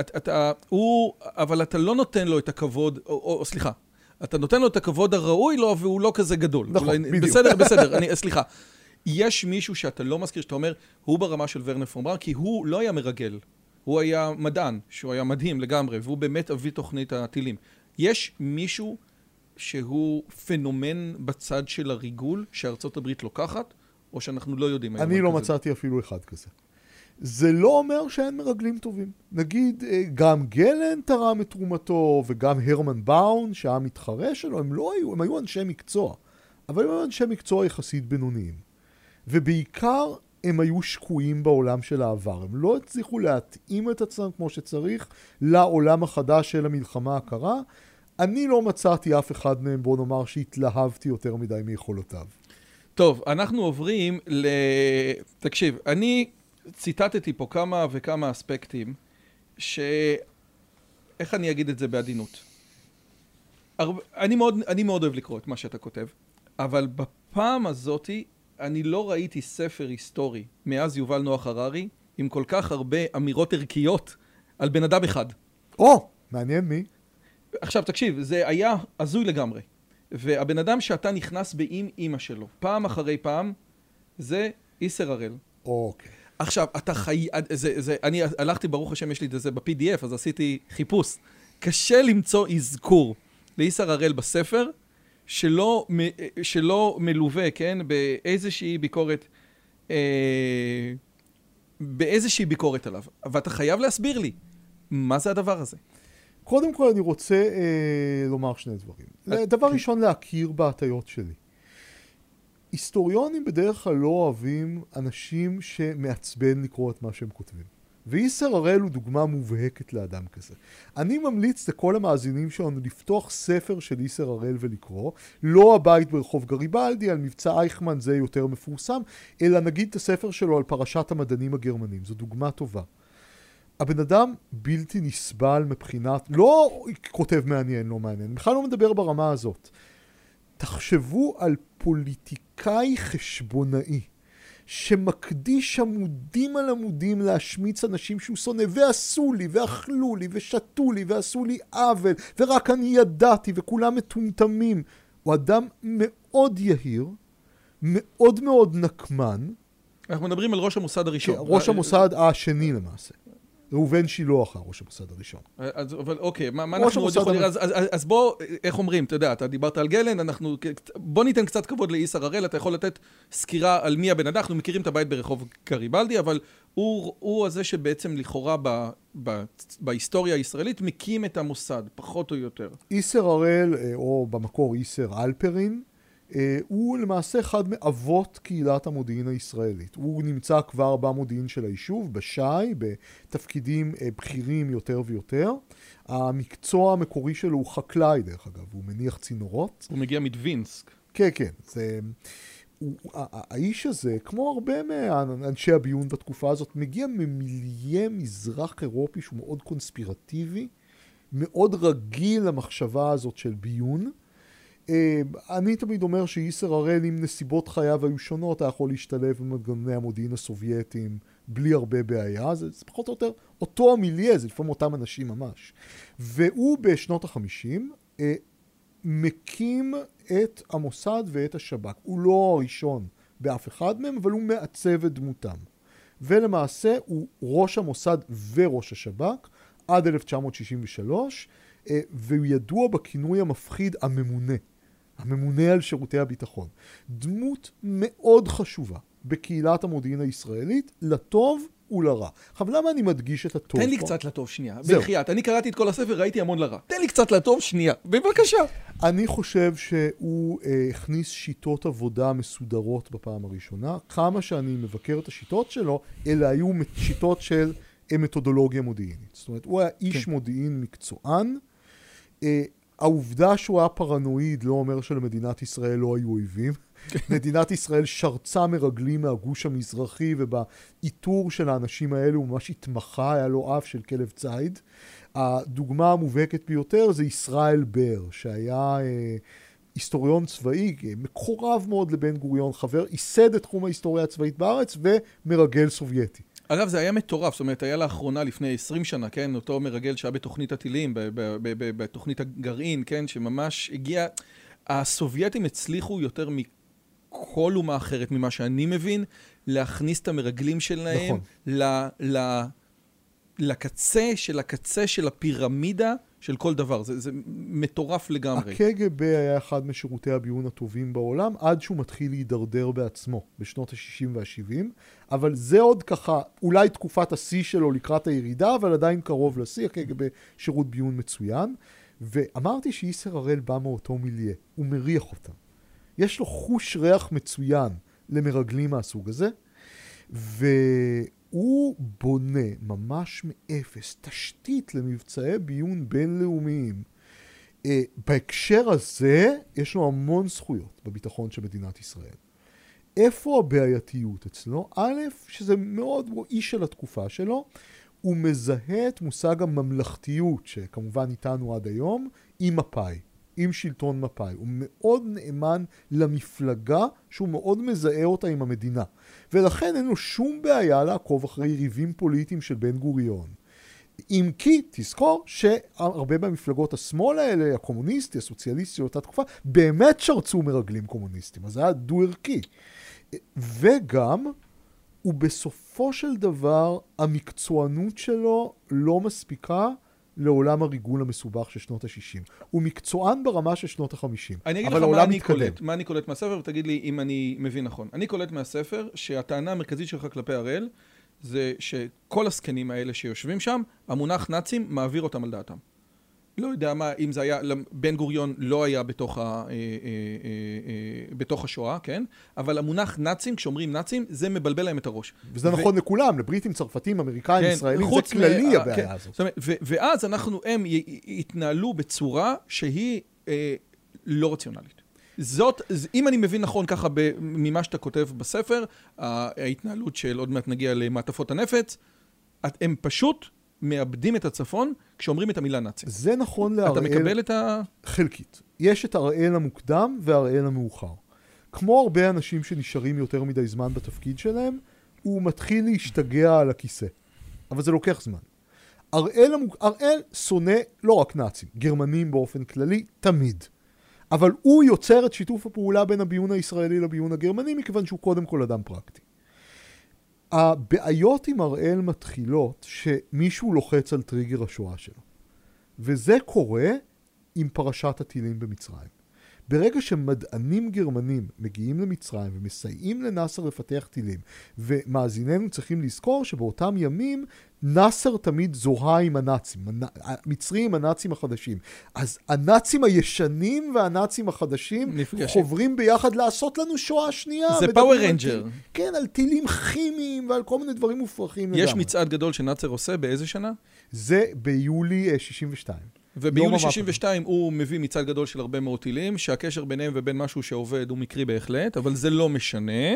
אבל אתה לא נותן לו את הכבוד, או סליחה, אתה נותן לו את הכבוד הראוי לו, והוא לא כזה גדול. נכון, בדיוק. בסדר, סליחה. יש מישהו שאתה לא מזכיר, שאתה אומר, הוא ברמה של ורנר פון בראון, כי הוא לא היה מרגל. הוא היה מדען, שהוא היה מדהים לגמרי, והוא באמת אבי תוכנית הטילים. יש מישהו שהוא פנומן בצד של הריגול שארצות הברית לוקחת, או שאנחנו לא יודעים? אני לא מצאתי אפילו אחד כזה. זה לא אומר שאין מרגלים טובים. נגיד, גם גלן תרם את תרומתו, וגם הרמן באון, שהיה מתחרה שלו, הם היו אנשי מקצוע. אבל הם היו אנשי מקצוע יחסית בינוניים. ובעיקר הם היו שקועים בעולם של העבר. הם לא הצליחו להתאים את עצמם כמו שצריך לעולם החדש של המלחמה הקרה. אני לא מצאתי אף אחד מהם, בוא נאמר, שהתלהבתי יותר מדי מיכולותיו. טוב, אנחנו עוברים תקשיב, אני ציטטתי פה כמה וכמה אספקטים, איך אני אגיד את זה בעדינות? אני מאוד אוהב לקרוא את מה שאתה כותב, אבל בפעם הזאת אני לא ראיתי ספר היסטורי מאז יובל נוח הררי, עם כל כך הרבה אמירות ערכיות על בן אדם אחד. מעניין מי? עכשיו תקשיב, זה היה הזוי לגמרי. והבן אדם שאתה נכנס עם אמא שלו, פעם אחרי פעם, זה איסר הראל. אוקיי. עכשיו, אתה אני הלכתי, ברוך השם, יש לי את זה ב-PDF, אז עשיתי חיפוש. קשה למצוא אזכור לאיסר הראל בספר, שלא מלווה, כן, באיזושהי ביקורת עליו. ואתה חייב להסביר לי, מה זה הדבר הזה? קודם כל אני רוצה לומר שני דברים. דבר ראשון, להכיר בהטיות שלי. היסטוריונים בדרך כלל לא אוהבים אנשים שמעצבן לקרוא את מה שהם כותבים. ואיסר הראל הוא דוגמה מובהקת לאדם כזה. אני ממליץ לכל המאזינים שלנו לפתוח ספר של איסר הראל ולקרוא, לא הבית ברחוב גריבלדי, על מבצע אייכמן זה יותר מפורסם, אלא נגיד את הספר שלו על פרשת המדענים הגרמנים. זו דוגמה טובה. הבן אדם בלתי נסבל מבחינת, לא כותב מעניין, לא מעניין, בכלל לא מדבר ברמה הזאת. תחשבו על פוליטיקאי חשבונאי, שמקדיש עמודים על עמודים להשמיץ אנשים שהוא שונא, ועשו לי, ואכלו לי, ושתו לי, ועשו לי עוול, ורק אני ידעתי, וכולם מטומטמים. הוא אדם מאוד יהיר, מאוד מאוד נקמן. אנחנו מדברים על ראש המוסד הראשון. ראש המוסד השני למעשה. ראובן שילוח, ראש המוסד הראשון. אבל אוקיי, מה אנחנו עוד יכולים... אז בוא, איך אומרים, אתה יודע, אתה דיברת על גלן, בוא ניתן קצת כבוד לאיסר הראל, אתה יכול לתת סקירה על מי הבן אדם, אנחנו מכירים את הבית ברחוב גריבלדי, אבל הוא הזה שבעצם לכאורה בהיסטוריה הישראלית מקים את המוסד, פחות או יותר. איסר הראל, או במקור איסר אלפרין, הוא למעשה אחד מאבות קהילת המודיעין הישראלית. הוא נמצא כבר במודיעין של היישוב, בשי, בתפקידים בכירים יותר ויותר. המקצוע המקורי שלו הוא חקלאי, דרך אגב, הוא מניח צינורות. הוא מגיע מדווינסק. כן, כן. האיש הזה, כמו הרבה מאנשי הביון בתקופה הזאת, מגיע ממיליה מזרח אירופי שהוא מאוד קונספירטיבי, מאוד רגיל למחשבה הזאת של ביון. אני תמיד אומר שאיסר הראל, אם נסיבות חייו היו שונות, היה יכול להשתלב עם מנגנוני המודיעין הסובייטיים בלי הרבה בעיה. זה פחות או יותר אותו המיליה, זה לפעמים אותם אנשים ממש. והוא בשנות ה-50 מקים את המוסד ואת השב"כ. הוא לא הראשון באף אחד מהם, אבל הוא מעצב את דמותם. ולמעשה הוא ראש המוסד וראש השב"כ עד 1963, והוא ידוע בכינוי המפחיד הממונה. הממונה על שירותי הביטחון. דמות מאוד חשובה בקהילת המודיעין הישראלית, לטוב ולרע. עכשיו, למה אני מדגיש את הטוב? תן לי קצת לטוב שנייה. בחייאת, אני קראתי את כל הספר, ראיתי המון לרע. תן לי קצת לטוב שנייה, בבקשה. אני חושב שהוא הכניס שיטות עבודה מסודרות בפעם הראשונה. כמה שאני מבקר את השיטות שלו, אלה היו שיטות של מתודולוגיה מודיעינית. זאת אומרת, הוא היה איש מודיעין מקצוען. העובדה שהוא היה פרנואיד לא אומר שלמדינת ישראל לא היו אויבים. מדינת ישראל שרצה מרגלים מהגוש המזרחי, ובאיתור של האנשים האלו הוא ממש התמחה, היה לו אף של כלב ציד. הדוגמה המובהקת ביותר זה ישראל בר, שהיה היסטוריון צבאי, מקורב מאוד לבן גוריון, ייסד את תחום ההיסטוריה הצבאית בארץ, ומרגל סובייטי. אגב, זה היה מטורף, זאת אומרת, היה לאחרונה לפני 20 שנה, כן, אותו מרגל שהיה בתוכנית הטילים, בתוכנית הגרעין, כן, שממש הגיע, הסובייטים הצליחו יותר מכל אומה אחרת ממה שאני מבין, להכניס את המרגלים שלהם לקצה של הפירמידה של כל דבר. זה מטורף לגמרי. הקג"ב היה אחד משירותי הביון הטובים בעולם, עד שהוא מתחיל להידרדר בעצמו בשנות ה-60 וה-70, אבל זה עוד ככה, אולי תקופת השיא שלו לקראת הירידה, אבל עדיין קרוב לשיא, הקג"ב שירות ביון מצוין, ואמרתי שאיסר הראל בא מאותו מיליה, הוא מריח אותם. יש לו חוש ריח מצוין למרגלים מהסוג הזה, הוא בונה ממש מאפס תשתית למבצעי ביון בינלאומיים. בהקשר הזה יש לו המון זכויות בביטחון של מדינת ישראל. איפה הבעייתיות אצלו? א', שזה מאוד איש של התקופה שלו, הוא מזהה את מושג הממלכתיות, שכמובן איתנו עד היום, עם מפא"י, עם שלטון מפא"י. הוא מאוד נאמן למפלגה שהוא מאוד מזהה אותה עם המדינה. ולכן אין לו שום בעיה לעקוב אחרי יריבים פוליטיים של בן גוריון. אם כי תזכור שהרבה מהמפלגות השמאל האלה, הקומוניסטי, הסוציאליסטי, אותה תקופה, באמת שרצו מרגלים קומוניסטים. אז זה היה דו-ערכי. וגם, ובסופו של דבר, המקצוענות שלו לא מספיקה לעולם הריגול המסובך של שנות ה-60. הוא מקצוען ברמה של שנות ה-50. אני אגיד לך מה אני קולט מהספר, ותגיד לי אם אני מבין נכון. אני קולט מהספר שהטענה המרכזית שלך כלפי הראל, זה שכל הסקנים האלה שיושבים שם, המונח נאצים מעביר אותם על דעתם. לא יודע מה, אם זה היה, בן גוריון לא היה בתוך השואה, כן? אבל המונח נאצים, כשאומרים נאצים, זה מבלבל להם את הראש. וזה נכון לכולם, לבריטים, צרפתים, אמריקאים, ישראלים, זה כללי הבעיה הזאת. ואז הם התנהלו בצורה שהיא לא רציונלית. זאת, אם אני מבין נכון ככה ממה שאתה כותב בספר, ההתנהלות של עוד מעט נגיע למעטפות הנפץ, הם פשוט מאבדים את הצפון כשאומרים את המילה נאצי. זה נכון להראל... אתה מקבל את חלקית. יש את הראל המוקדם והראל המאוחר. כמו הרבה אנשים שנשארים יותר מדי זמן בתפקיד שלהם, הוא מתחיל להשתגע על הכיסא. אבל זה לוקח זמן. הראל שונא לא רק נאצים, גרמנים באופן כללי, תמיד. אבל הוא יוצר את שיתוף הפעולה בין הביון הישראלי לביון הגרמני, מכיוון שהוא קודם כל אדם פרקטי. הבעיות עם הראל מתחילות שמישהו לוחץ על טריגר השואה שלו. וזה קורה עם פרשת הטילים במצרים. ברגע שמדענים גרמנים מגיעים למצרים ומסייעים לנאסר לפתח טילים, ומאזיננו צריכים לזכור שבאותם ימים נאסר תמיד זוהה עם הנאצים, המצרים הנאצים החדשים. אז הנאצים הישנים והנאצים החדשים חוברים ביחד לעשות לנו שואה שנייה. זה פאוור רנג'ר. כן, על טילים כימיים ועל כל מיני דברים מופרכים. יש מצעד גדול שנאצר עושה באיזה שנה? זה ביולי 62. וביולי 62 הוא מביא מצעד גדול של הרבה מאוד טילים, שהקשר ביניהם ובין משהו שעובד הוא מקרי בהחלט, אבל זה לא משנה.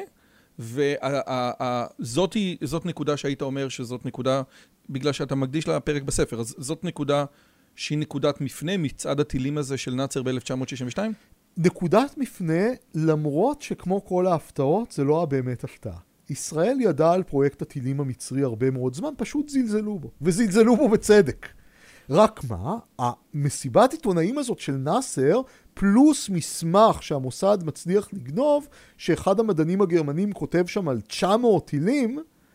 וזאת נקודה שהיית אומר שזאת נקודה, בגלל שאתה מקדיש לפרק בספר, אז זאת נקודה שהיא נקודת מפנה, מצעד הטילים הזה של נאצר ב-1962? נקודת מפנה, למרות שכמו כל ההפתעות, זה לא היה באמת הפתעה. ישראל ידעה על פרויקט הטילים המצרי הרבה מאוד זמן, פשוט זלזלו בו. וזלזלו בו בצדק. רק מה? המסיבת עיתונאים הזאת של נאסר, פלוס מסמך שהמוסד מצליח לגנוב, שאחד המדענים הגרמנים כותב שם על 900 טילים,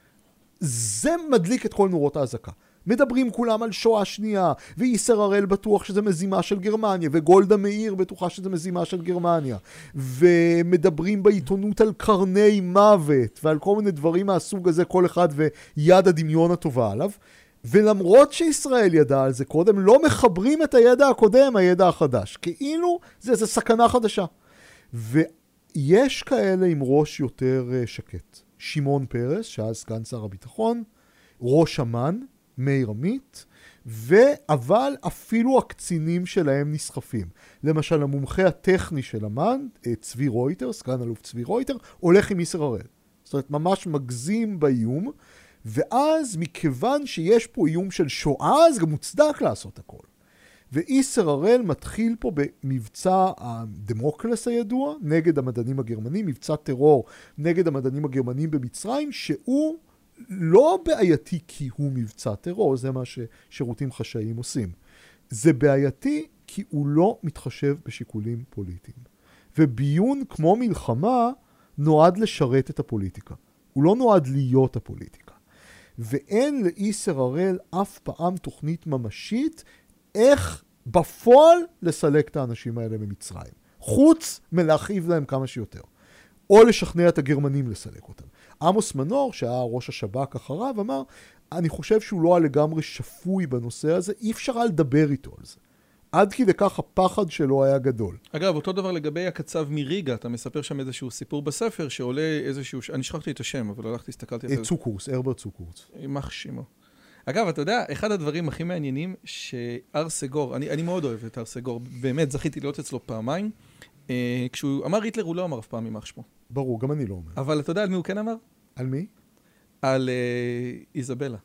זה מדליק את כל נורות ההזקה. מדברים כולם על שואה שנייה, ואיסר הראל בטוח שזה מזימה של גרמניה, וגולדה מאיר בטוחה שזה מזימה של גרמניה, ומדברים בעיתונות על קרני מוות, ועל כל מיני דברים מהסוג הזה, כל אחד ויד הדמיון הטובה עליו. ולמרות שישראל ידע על זה קודם, לא מחברים את הידע הקודם, הידע החדש. כאילו זה סכנה חדשה. ויש כאלה עם ראש יותר שקט. שמעון פרס, שהיה סגן שר הביטחון, ראש אמ"ן, מאיר עמית, אבל אפילו הקצינים שלהם נסחפים. למשל, המומחה הטכני של אמ"ן, צבי רויטר, סגן אלוף צבי רויטר, הולך עם איסר הראל. זאת אומרת, ממש מגזים באיום, ואז מכיוון שיש פה איום של שואה, אז גם מוצדק לעשות הכל. ואיסר הראל מתחיל פה במבצע הדמוקלס הידוע, נגד המדענים הגרמנים, מבצע טרור נגד המדענים הגרמנים במצרים, שהוא לא בעייתי כי הוא מבצע טרור, זה מה ששירותים חשאיים עושים. זה בעייתי כי הוא לא מתחשב בשיקולים פוליטיים. וביון כמו מלחמה נועד לשרת את הפוליטיקה. הוא לא נועד להיות הפוליטיקה. ואין לאיסר הראל אף פעם תוכנית ממשית איך בפועל לסלק את האנשים האלה ממצרים. חוץ מלהכאיב להם כמה שיותר. או לשכנע את הגרמנים לסלק אותם. עמוס מנור, שהיה ראש השב"כ אחריו, אמר, אני חושב שהוא לא היה לגמרי שפוי בנושא הזה, אי אפשר היה לדבר איתו על זה. עד כדי כך הפחד שלו היה גדול. אגב, אותו דבר לגבי הקצב מריגה, אתה מספר שם איזשהו סיפור בספר, שעולה איזשהו, אני שכחתי את השם, אבל הלכתי, הסתכלתי על זה. צוקורס, הרברט צוקורס. יימח שמו. אגב, אתה יודע, אחד הדברים הכי מעניינים, שארסגור, אני מאוד אוהב את ארסגור, באמת זכיתי להיות אצלו פעמיים, כשהוא אמר היטלר, הוא לא אמר אף פעם יימח שמו. ברור, גם אני לא אומר. אבל אתה יודע על מי הוא כן אמר? על מי? על איזבלה.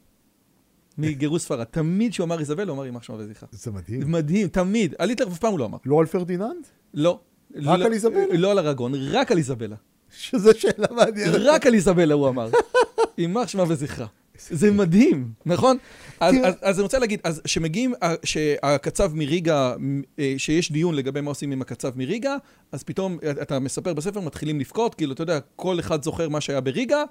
מגירוש ספרד. תמיד שהוא אמר איזבלה, הוא אמר יימח שמו וזכרה. זה מדהים. מדהים, תמיד. על היטלר אף פעם הוא לא אמר. לא על פרדיננד? לא. רק על איזבלה? לא על הרגון, רק על איזבלה. שזה שאלה מעניינת. רק על איזבלה הוא אמר. יימח שמה וזכרה. זה מדהים, נכון? אז אני רוצה להגיד, אז שמגיעים, שהקצב מריגה, שיש דיון לגבי מה עושים עם הקצב מריגה, אז פתאום אתה מספר בספר, מתחילים לפקוד, כאילו אתה יודע, כל אחד זוכר מה שהיה בריגה,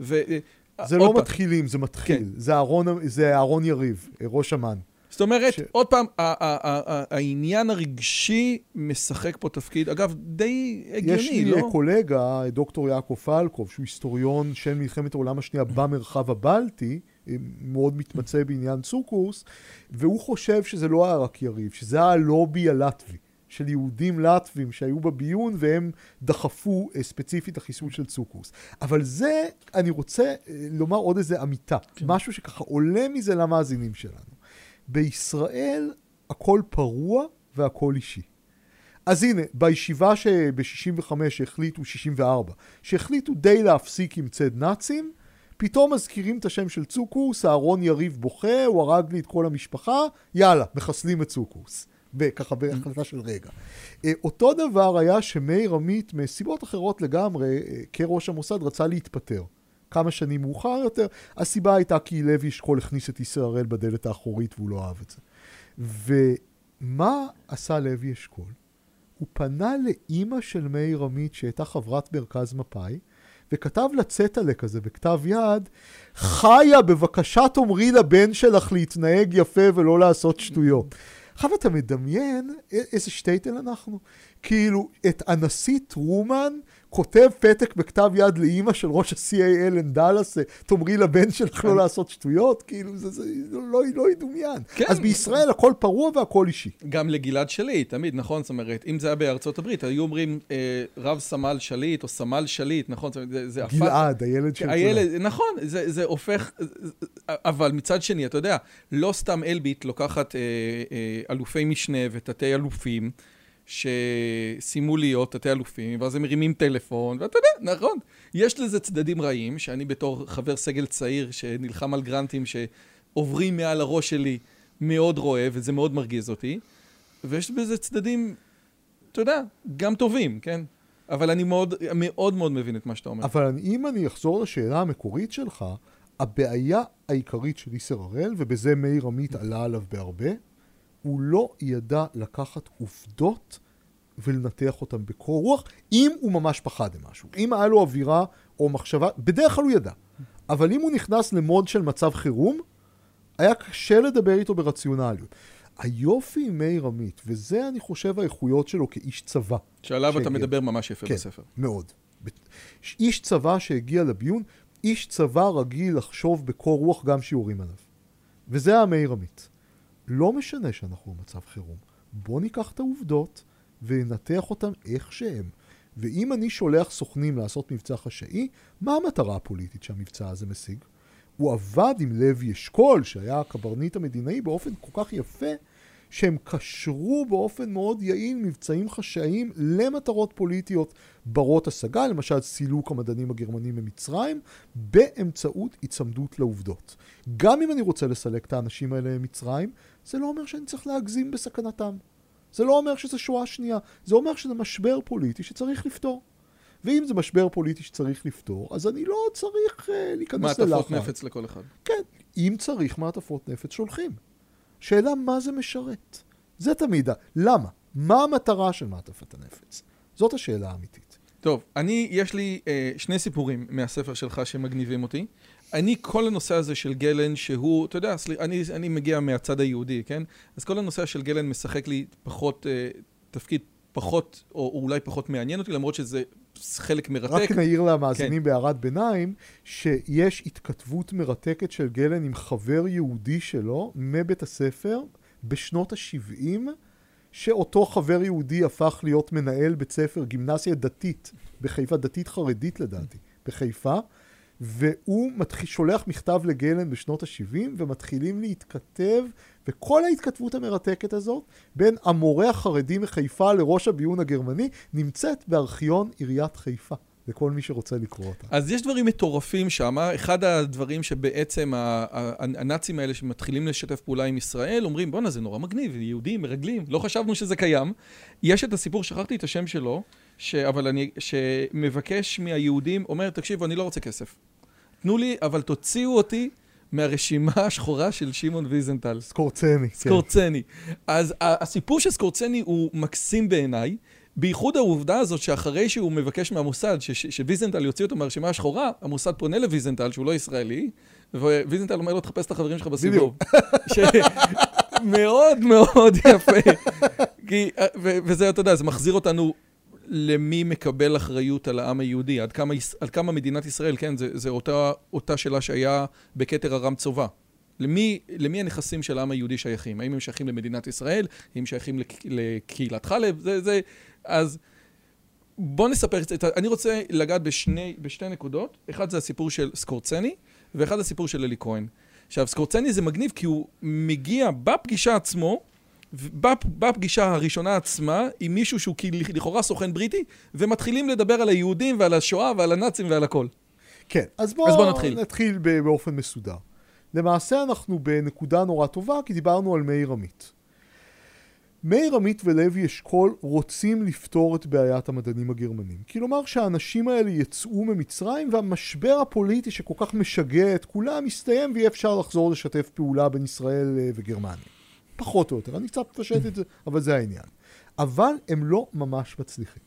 זה לא מתחילים, זה מתחיל. זה אהרון יריב, ראש אמ"ן. זאת אומרת, עוד פעם, העניין הרגשי משחק פה תפקיד, אגב, די הגיוני, לא? יש לי קולגה, דוקטור יעקב פלקוב, שהוא היסטוריון של מלחמת העולם השנייה במרחב הבלטי, מאוד מתמצא בעניין צוקורס, והוא חושב שזה לא היה רק יריב, שזה היה הלובי הלטבי, של יהודים לטבים שהיו בביון, והם דחפו ספציפית החיסול של צוקורס. אבל זה, אני רוצה לומר עוד איזה אמיתה, משהו שככה עולה מזה למאזינים שלנו. בישראל הכל פרוע והכל אישי. אז הנה, בישיבה שב-65 שהחליטו, 64, שהחליטו די להפסיק עם צד נאצים, פתאום מזכירים את השם של צוקורס, אהרון יריב בוכה, הוא הרג לי את כל המשפחה, יאללה, מחסלים את צוקורס. ככה בהחלטה של רגע. אותו דבר היה שמאיר עמית, מסיבות אחרות לגמרי, כראש המוסד רצה להתפטר. כמה שנים מאוחר יותר, הסיבה הייתה כי לוי אשכול הכניס את איסר הראל בדלת האחורית והוא לא אהב את זה. ומה עשה לוי אשכול? הוא פנה לאימא של מאיר עמית שהייתה חברת מרכז מפאי, וכתב לצטלה כזה בכתב יד, חיה, בבקשה תאמרי לבן שלך להתנהג יפה ולא לעשות שטויות. עכשיו אתה מדמיין איזה שטייטל אנחנו? כאילו, את הנשיא טרומן כותב פתק בכתב יד לאמא של ראש ה-CIA אלן דאלאס, תאמרי לבן שלך לא לעשות שטויות, כאילו זה לא ידומיין. כן. אז בישראל הכל פרוע והכל אישי. גם לגלעד שליט, תמיד, נכון? זאת אומרת, אם זה היה בארצות הברית, היו אומרים רב סמל שליט או סמל שליט, נכון? זה גלעד, הילד של כולם. נכון, זה הופך, אבל מצד שני, אתה יודע, לא סתם אלביט לוקחת אלופי משנה ותתי אלופים, ששימו להיות תתי אלופים, ואז הם מרימים טלפון, ואתה יודע, נכון, יש לזה צדדים רעים, שאני בתור חבר סגל צעיר שנלחם על גרנטים שעוברים מעל הראש שלי, מאוד רואה, וזה מאוד מרגיז אותי, ויש בזה צדדים, אתה יודע, גם טובים, כן? אבל אני מאוד מאוד מאוד מבין את מה שאתה אומר. אבל אם אני אחזור לשאלה המקורית שלך, הבעיה העיקרית של איסר הראל, ובזה מאיר עמית עלה עליו בהרבה, הוא לא ידע לקחת עובדות ולנתח אותם בקור רוח, אם הוא ממש פחד למשהו. אם היה לו אווירה או מחשבה, בדרך כלל הוא ידע. אבל אם הוא נכנס למוד של מצב חירום, היה קשה לדבר איתו ברציונליות. היופי עם מאיר עמית, וזה אני חושב האיכויות שלו כאיש צבא. שעליו אתה מדבר ממש יפה בספר. כן, מאוד. איש צבא שהגיע לביון, איש צבא רגיל לחשוב בקור רוח גם שיעורים עליו. וזה היה מאיר עמית. לא משנה שאנחנו במצב חירום. בוא ניקח את העובדות ונתח אותם איך שהם. ואם אני שולח סוכנים לעשות מבצע חשאי, מה המטרה הפוליטית שהמבצע הזה משיג? הוא עבד עם לוי אשכול, שהיה הקברניט המדינאי, באופן כל כך יפה, שהם קשרו באופן מאוד יעיל מבצעים חשאיים למטרות פוליטיות ברות השגה, למשל סילוק המדענים הגרמנים ממצרים, באמצעות הצמדות לעובדות. גם אם אני רוצה לסלק את האנשים האלה ממצרים, זה לא אומר שאני צריך להגזים בסכנתם. זה לא אומר שזה שואה שנייה. זה אומר שזה משבר פוליטי שצריך לפתור. ואם זה משבר פוליטי שצריך לפתור, אז אני לא צריך להיכנס ללחץ. מעטפות נפץ לכל אחד. כן, אם צריך מעטפות נפץ שולחים. שאלה מה זה משרת? זה תמיד. למה? מה המטרה של מעטפת הנפץ? זאת השאלה האמיתית. טוב, יש לי שני סיפורים מהספר שלך שמגניבים אותי. אני, כל הנושא הזה של גלן, שהוא, אתה יודע, אני מגיע מהצד היהודי, כן? אז כל הנושא של גלן משחק לי פחות, תפקיד פחות, או אולי פחות מעניין אותי, למרות שזה חלק מרתק. רק נעיר למאזינים בהערת ביניים, שיש התכתבות מרתקת של גלן עם חבר יהודי שלו, מבית הספר, בשנות ה-70, שאותו חבר יהודי הפך להיות מנהל בית ספר גימנסיה דתית, בחיפה, דתית חרדית לדעתי, בחיפה, והוא שולח מכתב לגלן בשנות ה-70, ומתחילים להתכתב, וכל ההתכתבות המרתקת הזאת, בין המורה החרדי מחיפה לראש הביון הגרמני, נמצאת בארכיון עיריית חיפה, לכל מי שרוצה לקרוא אותה. אז יש דברים מטורפים שם, אחד הדברים שבעצם הנאצים האלה שמתחילים לשתף פעולה עם ישראל, אומרים, בוא'נה, זה נורא מגניב, יהודים, מרגלים, לא חשבנו שזה קיים. יש את הסיפור, שכחתי את השם שלו, שמבקש מהיהודים, אומר, תקשיבו, אני לא רוצה כסף. תנו לי, אבל תוציאו אותי מהרשימה השחורה של שמעון ויזנטל. סקורצני. סקורצני. אז הסיפור של סקורצני הוא מקסים בעיניי, בייחוד העובדה הזאת שאחרי שהוא מבקש מהמוסד שוויזנטל יוציא אותו מהרשימה השחורה, המוסד פונה לוויזנטל שהוא לא ישראלי, וויזנטל אומר לו, תחפש את החברים שלך בסיבוב. מאוד מאוד יפה. וזה, אתה יודע, זה מחזיר אותנו למי מקבל אחריות על העם היהודי, עד כמה מדינת ישראל, כן, זה אותה שאלה שהיה בכתר ארם צובא. למי הנכסים של העם היהודי שייכים? האם הם שייכים למדינת ישראל? האם הם שייכים לקהילת חלב? אז בוא נספר, אני רוצה לגעת בשתי נקודות. אחד זה הסיפור של סקורצני, ואחד הסיפור של אלי כהן. עכשיו, סקורצני זה מגניב כי הוא מגיע בפגישה עצמו, בפגישה הראשונה עצמה, עם מישהו שהוא לכאורה סוכן בריטי, ומתחילים לדבר על היהודים ועל השואה ועל הנאצים ועל הכל. כן, אז בוא נתחיל באופן מסודר. למעשה אנחנו בנקודה נורא טובה, כי דיברנו על מאיר עמית. מאיר עמית ולוי אשכול רוצים לפתור את בעיית המדענים הגרמנים. כלומר שהאנשים האלה יצאו ממצרים, והמשבר הפוליטי שכל כך משגע את כולם מסתיים, ואי אפשר לחזור לשתף פעולה בין ישראל וגרמניה. פחות או יותר, אני קצת פשט את זה, אבל זה העניין. אבל הם לא ממש מצליחים.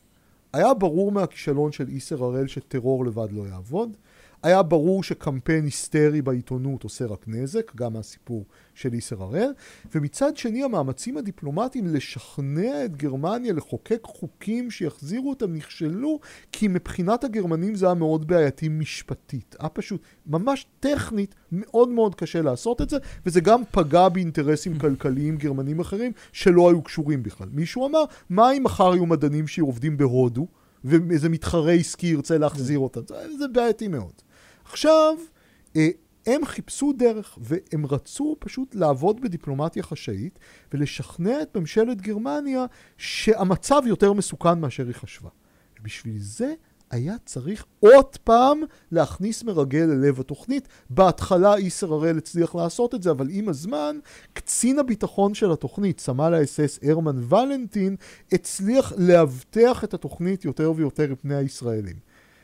היה ברור מהכישלון של איסר הראל שטרור לבד לא יעבוד. היה ברור שקמפיין היסטרי בעיתונות עושה רק נזק, גם מהסיפור של איסר הראל. ומצד שני, המאמצים הדיפלומטיים לשכנע את גרמניה לחוקק חוקים שיחזירו אותם נכשלו, כי מבחינת הגרמנים זה היה מאוד בעייתי משפטית. היה פשוט ממש טכנית, מאוד מאוד קשה לעשות את זה, וזה גם פגע באינטרסים כלכליים גרמנים אחרים שלא היו קשורים בכלל. מישהו אמר, מה אם מחר יהיו מדענים שעובדים בהודו, ואיזה מתחרה עסקי ירצה להחזיר אותם? זה בעייתי מאוד. עכשיו, הם חיפשו דרך, והם רצו פשוט לעבוד בדיפלומטיה חשאית, ולשכנע את ממשלת גרמניה שהמצב יותר מסוכן מאשר היא חשבה. ובשביל זה היה צריך עוד פעם להכניס מרגל ללב התוכנית. בהתחלה איסר הראל הצליח לעשות את זה, אבל עם הזמן, קצין הביטחון של התוכנית, סמל האס-אס הרמן ולנטין, הצליח להבטח את התוכנית יותר ויותר מפני הישראלים.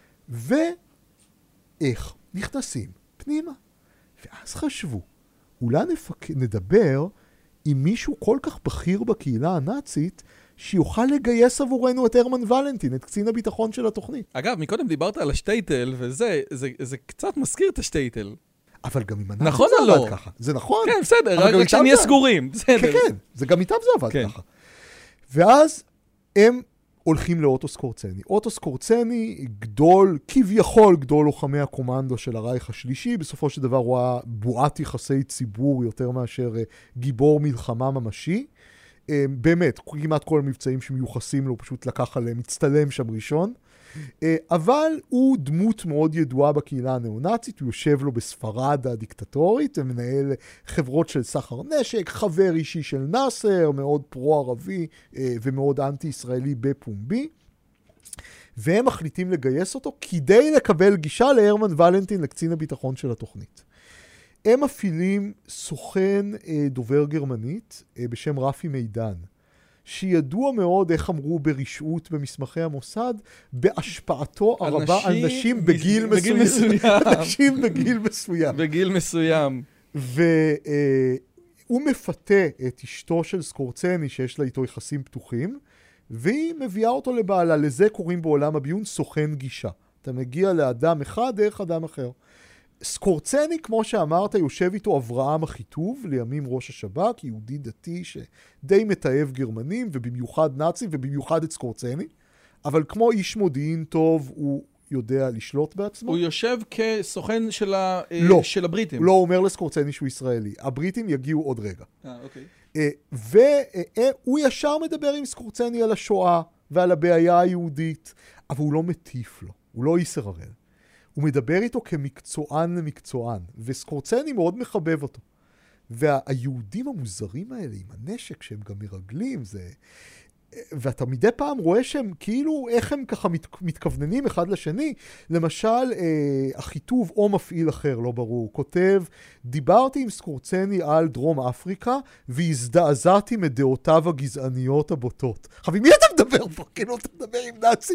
איך? נכנסים פנימה. ואז חשבו, אולי נדבר עם מישהו כל כך בכיר בקהילה הנאצית, שיוכל לגייס עבורנו את הרמן ולנטין, את קצין הביטחון של התוכנית. אגב, מקודם דיברת על השטייטל, זה קצת מזכיר את השטייטל. אבל גם עם הנאצים נכון זה או עבד ככה. זה נכון. כן, בסדר, רק שנהיה סגורים. כן, כן, זה גם איתם זה עבד ככה. ואז הם הולכים לאוטו סקורצני. אוטו סקורצני, כביכול גדול לוחמי הקומנדו של הרייך השלישי, בסופו של דבר הוא היה בועת יחסי ציבור יותר מאשר גיבור מלחמה ממשי. באמת, כמעט כל המבצעים שמיוחסים לו, הוא פשוט לקח עליהם, מצטלם שם ראשון. אבל הוא דמות מאוד ידועה בקהילה הנאו-נאצית, הוא יושב לו בספרד הדיקטטורית, ומנהל חברות של סחר נשק, חבר אישי של נאסר, מאוד פרו-ערבי ומאוד אנטי-ישראלי בפומבי. והם מחליטים לגייס אותו כדי לקבל גישה להרמן ולנטין, לקצין הביטחון של התוכנית. הם מפעילים סוכן דובר גרמנית בשם רפי מידן, שידוע מאוד, איך אמרו ברשעות במסמכי המוסד, בהשפעתו הרבה על נשים בגיל מסוים. נשים בגיל מסוים. בגיל מסוים. והוא מפתה את אשתו של סקורצני, שיש לה איתו יחסים פתוחים, והיא מביאה אותו לבעלה. לזה קוראים בעולם הביון סוכן גישה. אתה מגיע לאדם אחד דרך אדם אחר. סקורצני, כמו שאמרת, יושב איתו אברהם החיטוב, לימים ראש השב"כ, יהודי דתי שדי מתאהב גרמנים, ובמיוחד נאצים, ובמיוחד את סקורצני. אבל כמו איש מודיעין טוב, הוא יודע לשלוט בעצמו. הוא יושב כסוכן של הבריטים. לא, הוא אומר לסקורצני שהוא ישראלי. הבריטים יגיעו עוד רגע. אוקיי. והוא ישר מדבר עם סקורצני על השואה, ועל הבעיה היהודית, אבל הוא לא מטיף לו. הוא לא איסר הראל. הוא מדבר איתו כמקצוען למקצוען, וסקורצני מאוד מחבב אותו. והיהודים המוזרים האלה עם הנשק שהם גם מרגלים, ואתה מדי פעם רואה שהם כאילו, איך הם ככה מתכווננים אחד לשני. למשל, החיטוב או מפעיל אחר, לא ברור, כותב, דיברתי עם סקורצני על דרום אפריקה, והזדעזעתי מדעותיו הגזעניות הבוטות. חבי, מי אתה מדבר פה? כאילו אתה מדבר עם נאצי.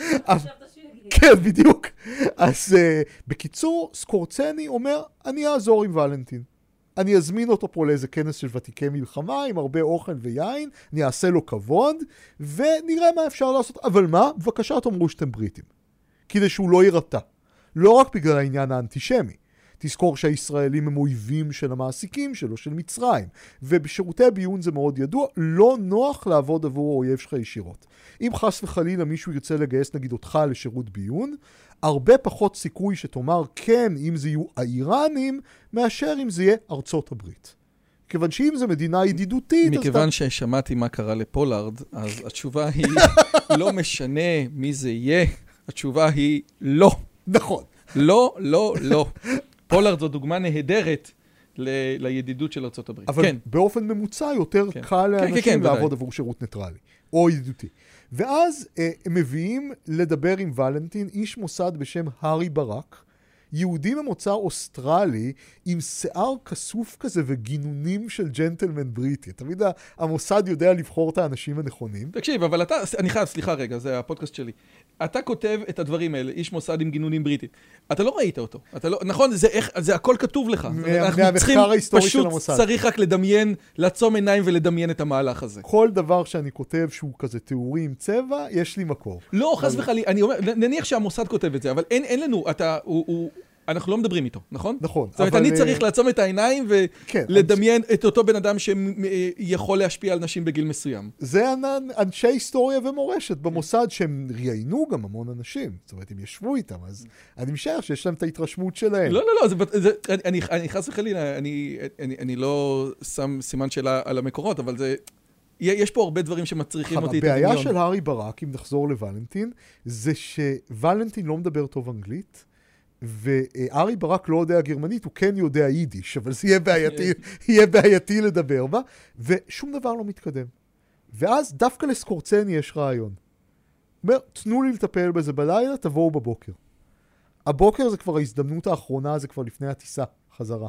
כן, בדיוק. אז בקיצור, סקורצני אומר, אני אעזור עם ולנטין. אני אזמין אותו פה לאיזה כנס של ותיקי מלחמה, עם הרבה אוכל ויין, אני אעשה לו כבוד, ונראה מה אפשר לעשות. אבל מה? בבקשה תאמרו שאתם בריטים. כדי שהוא לא יירתע. לא רק בגלל העניין האנטישמי. תזכור שהישראלים הם אויבים של המעסיקים שלו, של מצרים. ובשירותי הביון זה מאוד ידוע, לא נוח לעבוד עבור האויב שלך ישירות. אם חס וחלילה מישהו ירצה לגייס נגיד אותך לשירות ביון, הרבה פחות סיכוי שתאמר כן אם זה יהיו האיראנים, מאשר אם זה יהיה ארצות הברית. כיוון שאם זה מדינה ידידותית... מכיוון ששמעתי מה קרה לפולארד, אז התשובה היא לא משנה מי זה יהיה, התשובה היא לא. נכון. לא, לא, לא. פולארד זו דוגמה נהדרת לידידות של ארצות הברית. אבל באופן ממוצע יותר קל לאנשים לעבוד עבור שירות ניטרלי, או ידידותי. ואז הם מביאים לדבר עם ולנטין, איש מוסד בשם הארי ברק, יהודי ממוצא אוסטרלי עם שיער כסוף כזה וגינונים של ג'נטלמן בריטי. תמיד המוסד יודע לבחור את האנשים הנכונים. תקשיב, אבל אתה, אני חייב, סליחה רגע, זה הפודקאסט שלי. אתה כותב את הדברים האלה, איש מוסד עם גינונים בריטי. אתה לא ראית אותו. אתה לא, נכון, זה הכל כתוב לך. מהמחקר ההיסטורי של המוסד. פשוט צריך רק לדמיין, לעצום עיניים ולדמיין את המהלך הזה. כל דבר שאני כותב שהוא כזה תיאורי עם צבע, יש לי מקור. לא, חס וחלילה, אני אומר, נניח שהמוסד כותב את זה, אבל אין לנו, אנחנו לא מדברים איתו, נכון? נכון. זאת אומרת, אני צריך לעצום את העיניים ולדמיין את אותו בן אדם שיכול להשפיע על נשים בגיל מסוים. זה אנשי היסטוריה ומורשת במוסד שהם ראיינו גם המון אנשים. זאת אומרת, הם ישבו איתם, אז אני משער שיש להם את ההתרשמות שלהם. לא, אני חס וחלילה, אני לא שם סימן שאלה על המקורות, אבל זה... יש פה הרבה דברים שמצריכים אותי את הדמיון. הבעיה של הארי ברק, אם נחזור לוולנטין, זה שוולנטין לא מדבר טוב אנגלית, והארי ברק לא יודע גרמנית, הוא כן יודע יידיש, אבל זה יהיה בעייתי לדבר בה, ושום דבר לא מתקדם. ואז דווקא לסקורצני יש רעיון. אומר, תנו לי לטפל בזה בלילה, תבואו בבוקר. הבוקר זה כבר ההזדמנות האחרונה, זה כבר לפני הטיסה, חזרה.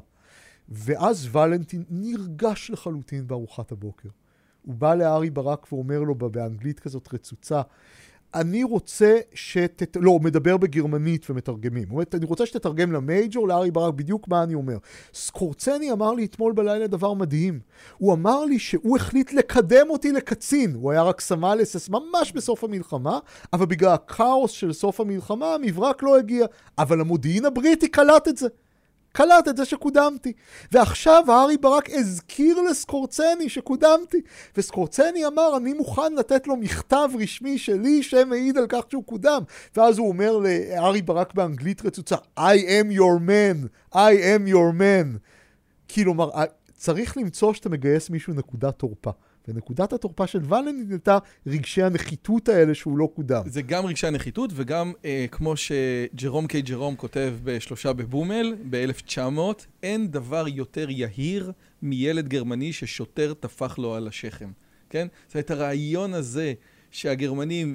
ואז ולנטין נרגש לחלוטין בארוחת הבוקר. הוא בא להארי ברק ואומר לו באנגלית כזאת רצוצה, אני רוצה לא, הוא מדבר בגרמנית ומתרגמים. הוא אומר, אני רוצה שתתרגם למייג'ור, להארי ברק, בדיוק מה אני אומר. סקורצני אמר לי אתמול בלילה דבר מדהים. הוא אמר לי שהוא החליט לקדם אותי לקצין. הוא היה רק סמל אס-אס ממש בסוף המלחמה, אבל בגלל הקאוס של סוף המלחמה, המברק לא הגיע. אבל המודיעין הבריטי קלט את זה. קלט את זה שקודמתי. ועכשיו הארי ברק הזכיר לסקורצני שקודמתי. וסקורצני אמר, אני מוכן לתת לו מכתב רשמי שלי שמעיד על כך שהוא קודם. ואז הוא אומר להארי ברק באנגלית רצוצה, I am your man, I am your man. כלומר, צריך למצוא שאתה מגייס מישהו נקודת תורפה. ונקודת התורפה של ולנטין הייתה רגשי הנחיתות האלה שהוא לא קודם. זה גם רגשי הנחיתות וגם כמו שג'רום קיי ג'רום כותב בשלושה בבומל ב-1900, אין דבר יותר יהיר מילד גרמני ששוטר תפח לו על השכם. כן? זאת אומרת, הרעיון הזה שהגרמנים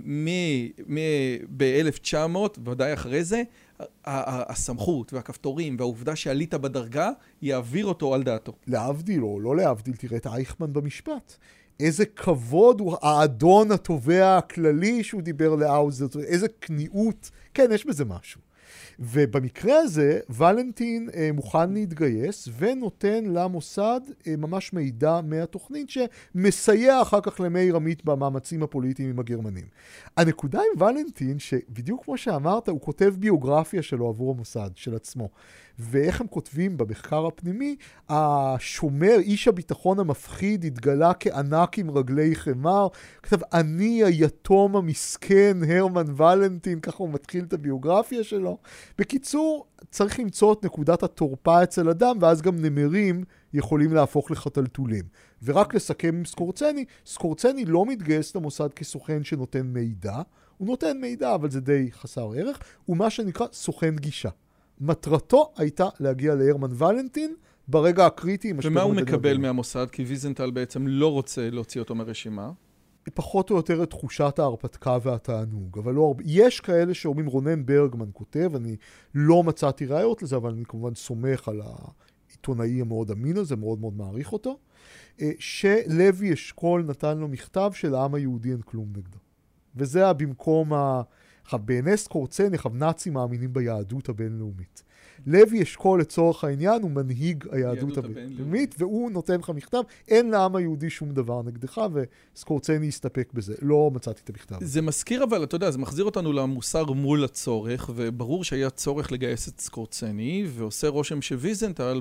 ב-1900, ודאי אחרי זה, הסמכות והכפתורים והעובדה שעלית בדרגה, יעביר אותו על דעתו. להבדיל או לא להבדיל, תראה את אייכמן במשפט. איזה כבוד הוא האדון התובע הכללי שהוא דיבר לאוזר, איזה כניעות. כן, יש בזה משהו. ובמקרה הזה, ולנטין מוכן להתגייס ונותן למוסד ממש מידע מהתוכנית שמסייע אחר כך למאיר עמית במאמצים הפוליטיים עם הגרמנים. הנקודה עם ולנטין, שבדיוק כמו שאמרת, הוא כותב ביוגרפיה שלו עבור המוסד, של עצמו. ואיך הם כותבים במחקר הפנימי, השומר, איש הביטחון המפחיד, התגלה כענק עם רגלי חמר, כתב, אני היתום המסכן, הרמן ולנטין, ככה הוא מתחיל את הביוגרפיה שלו. בקיצור, צריך למצוא את נקודת התורפה אצל אדם, ואז גם נמרים יכולים להפוך לחתלתולים. ורק לסכם עם סקורצני, סקורצני לא מתגייס למוסד כסוכן שנותן מידע, הוא נותן מידע, אבל זה די חסר ערך, הוא מה שנקרא סוכן גישה. מטרתו הייתה להגיע להרמן ולנטין ברגע הקריטי. ומה הוא מקבל מהמוסד? כי ויזנטל בעצם לא רוצה להוציא אותו מהרשימה. פחות או יותר את תחושת ההרפתקה והתענוג, אבל לא הרבה. יש כאלה שאומרים, רונן ברגמן כותב, אני לא מצאתי ראיות לזה, אבל אני כמובן סומך על העיתונאי המאוד אמין הזה, מאוד מאוד מעריך אותו, שלוי אשכול נתן לו מכתב של העם היהודי אין כלום נגדו. וזה היה במקום בעיני סקורצני, נאצים מאמינים ביהדות הבינלאומית. לוי אשכול לצורך העניין הוא מנהיג היהדות הבינלאומית, והוא נותן לך מכתב, אין לעם היהודי שום דבר נגדך, וסקורצני יסתפק בזה. לא מצאתי את המכתב. זה מזכיר אבל, אתה יודע, זה מחזיר אותנו למוסר מול הצורך, וברור שהיה צורך לגייס את סקורצני, ועושה רושם שוויזנטל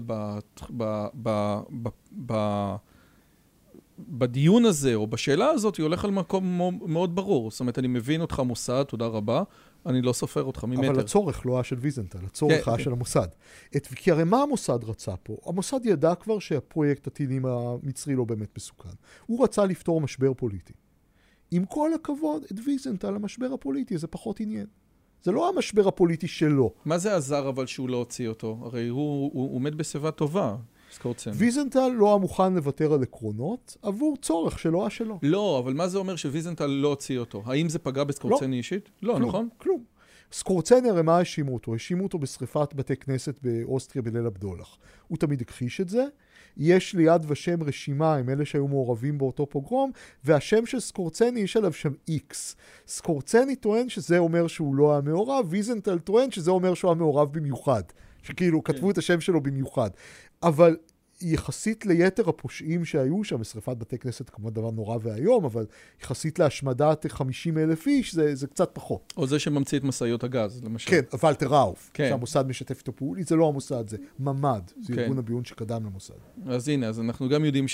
בדיון הזה, או בשאלה הזאת, היא הולך על מקום מאוד ברור. זאת אומרת, אני מבין אותך מוסד, תודה רבה, אני לא סופר אותך ממטר. אבל הצורך לא היה של ויזנטל, הצורך היה של המוסד. כי הרי מה המוסד רצה פה? המוסד ידע כבר שהפרויקט הטילים המצרי לא באמת מסוכן. הוא רצה לפתור משבר פוליטי. עם כל הכבוד, את ויזנטל, המשבר הפוליטי, זה פחות עניין. זה לא המשבר הפוליטי שלו. מה זה עזר אבל שהוא לא הוציא אותו? הרי הוא עומד בשיבה טובה. ויזנטל לא היה מוכן לוותר על עקרונות עבור צורך שלא היה שלו. לא, אבל מה זה אומר שוויזנטל לא הוציא אותו? האם זה פגע בסקורצני אישית? לא, נכון? כלום. סקורצני הרי מה האשימו אותו? האשימו אותו בשריפת בתי כנסת באוסטריה בליל הבדולח. הוא תמיד הכחיש את זה. יש ליד ושם רשימה עם אלה שהיו מעורבים באותו פוגרום, והשם של סקורצני יש עליו שם X. סקורצני טוען שזה אומר שהוא לא היה מעורב, ויזנטל טוען שזה אומר שהוא היה מעורב במיוחד. שכאילו כתבו את השם שלו במיוחד. אבל יחסית ליתר הפושעים שהיו שם, בשריפת בתי כנסת כמובן דבר נורא והיום, אבל יחסית להשמדת 50,000 איש, זה קצת פחות. או זה שממציא את מסעיות הגז, למשל. כן, ולטר ראוף, כן. שהמוסד משתף איתו פעולה, זה לא המוסד, זה ממד, זה כן. ארגון הביון שקדם למוסד. אז הנה, אז אנחנו גם יודעים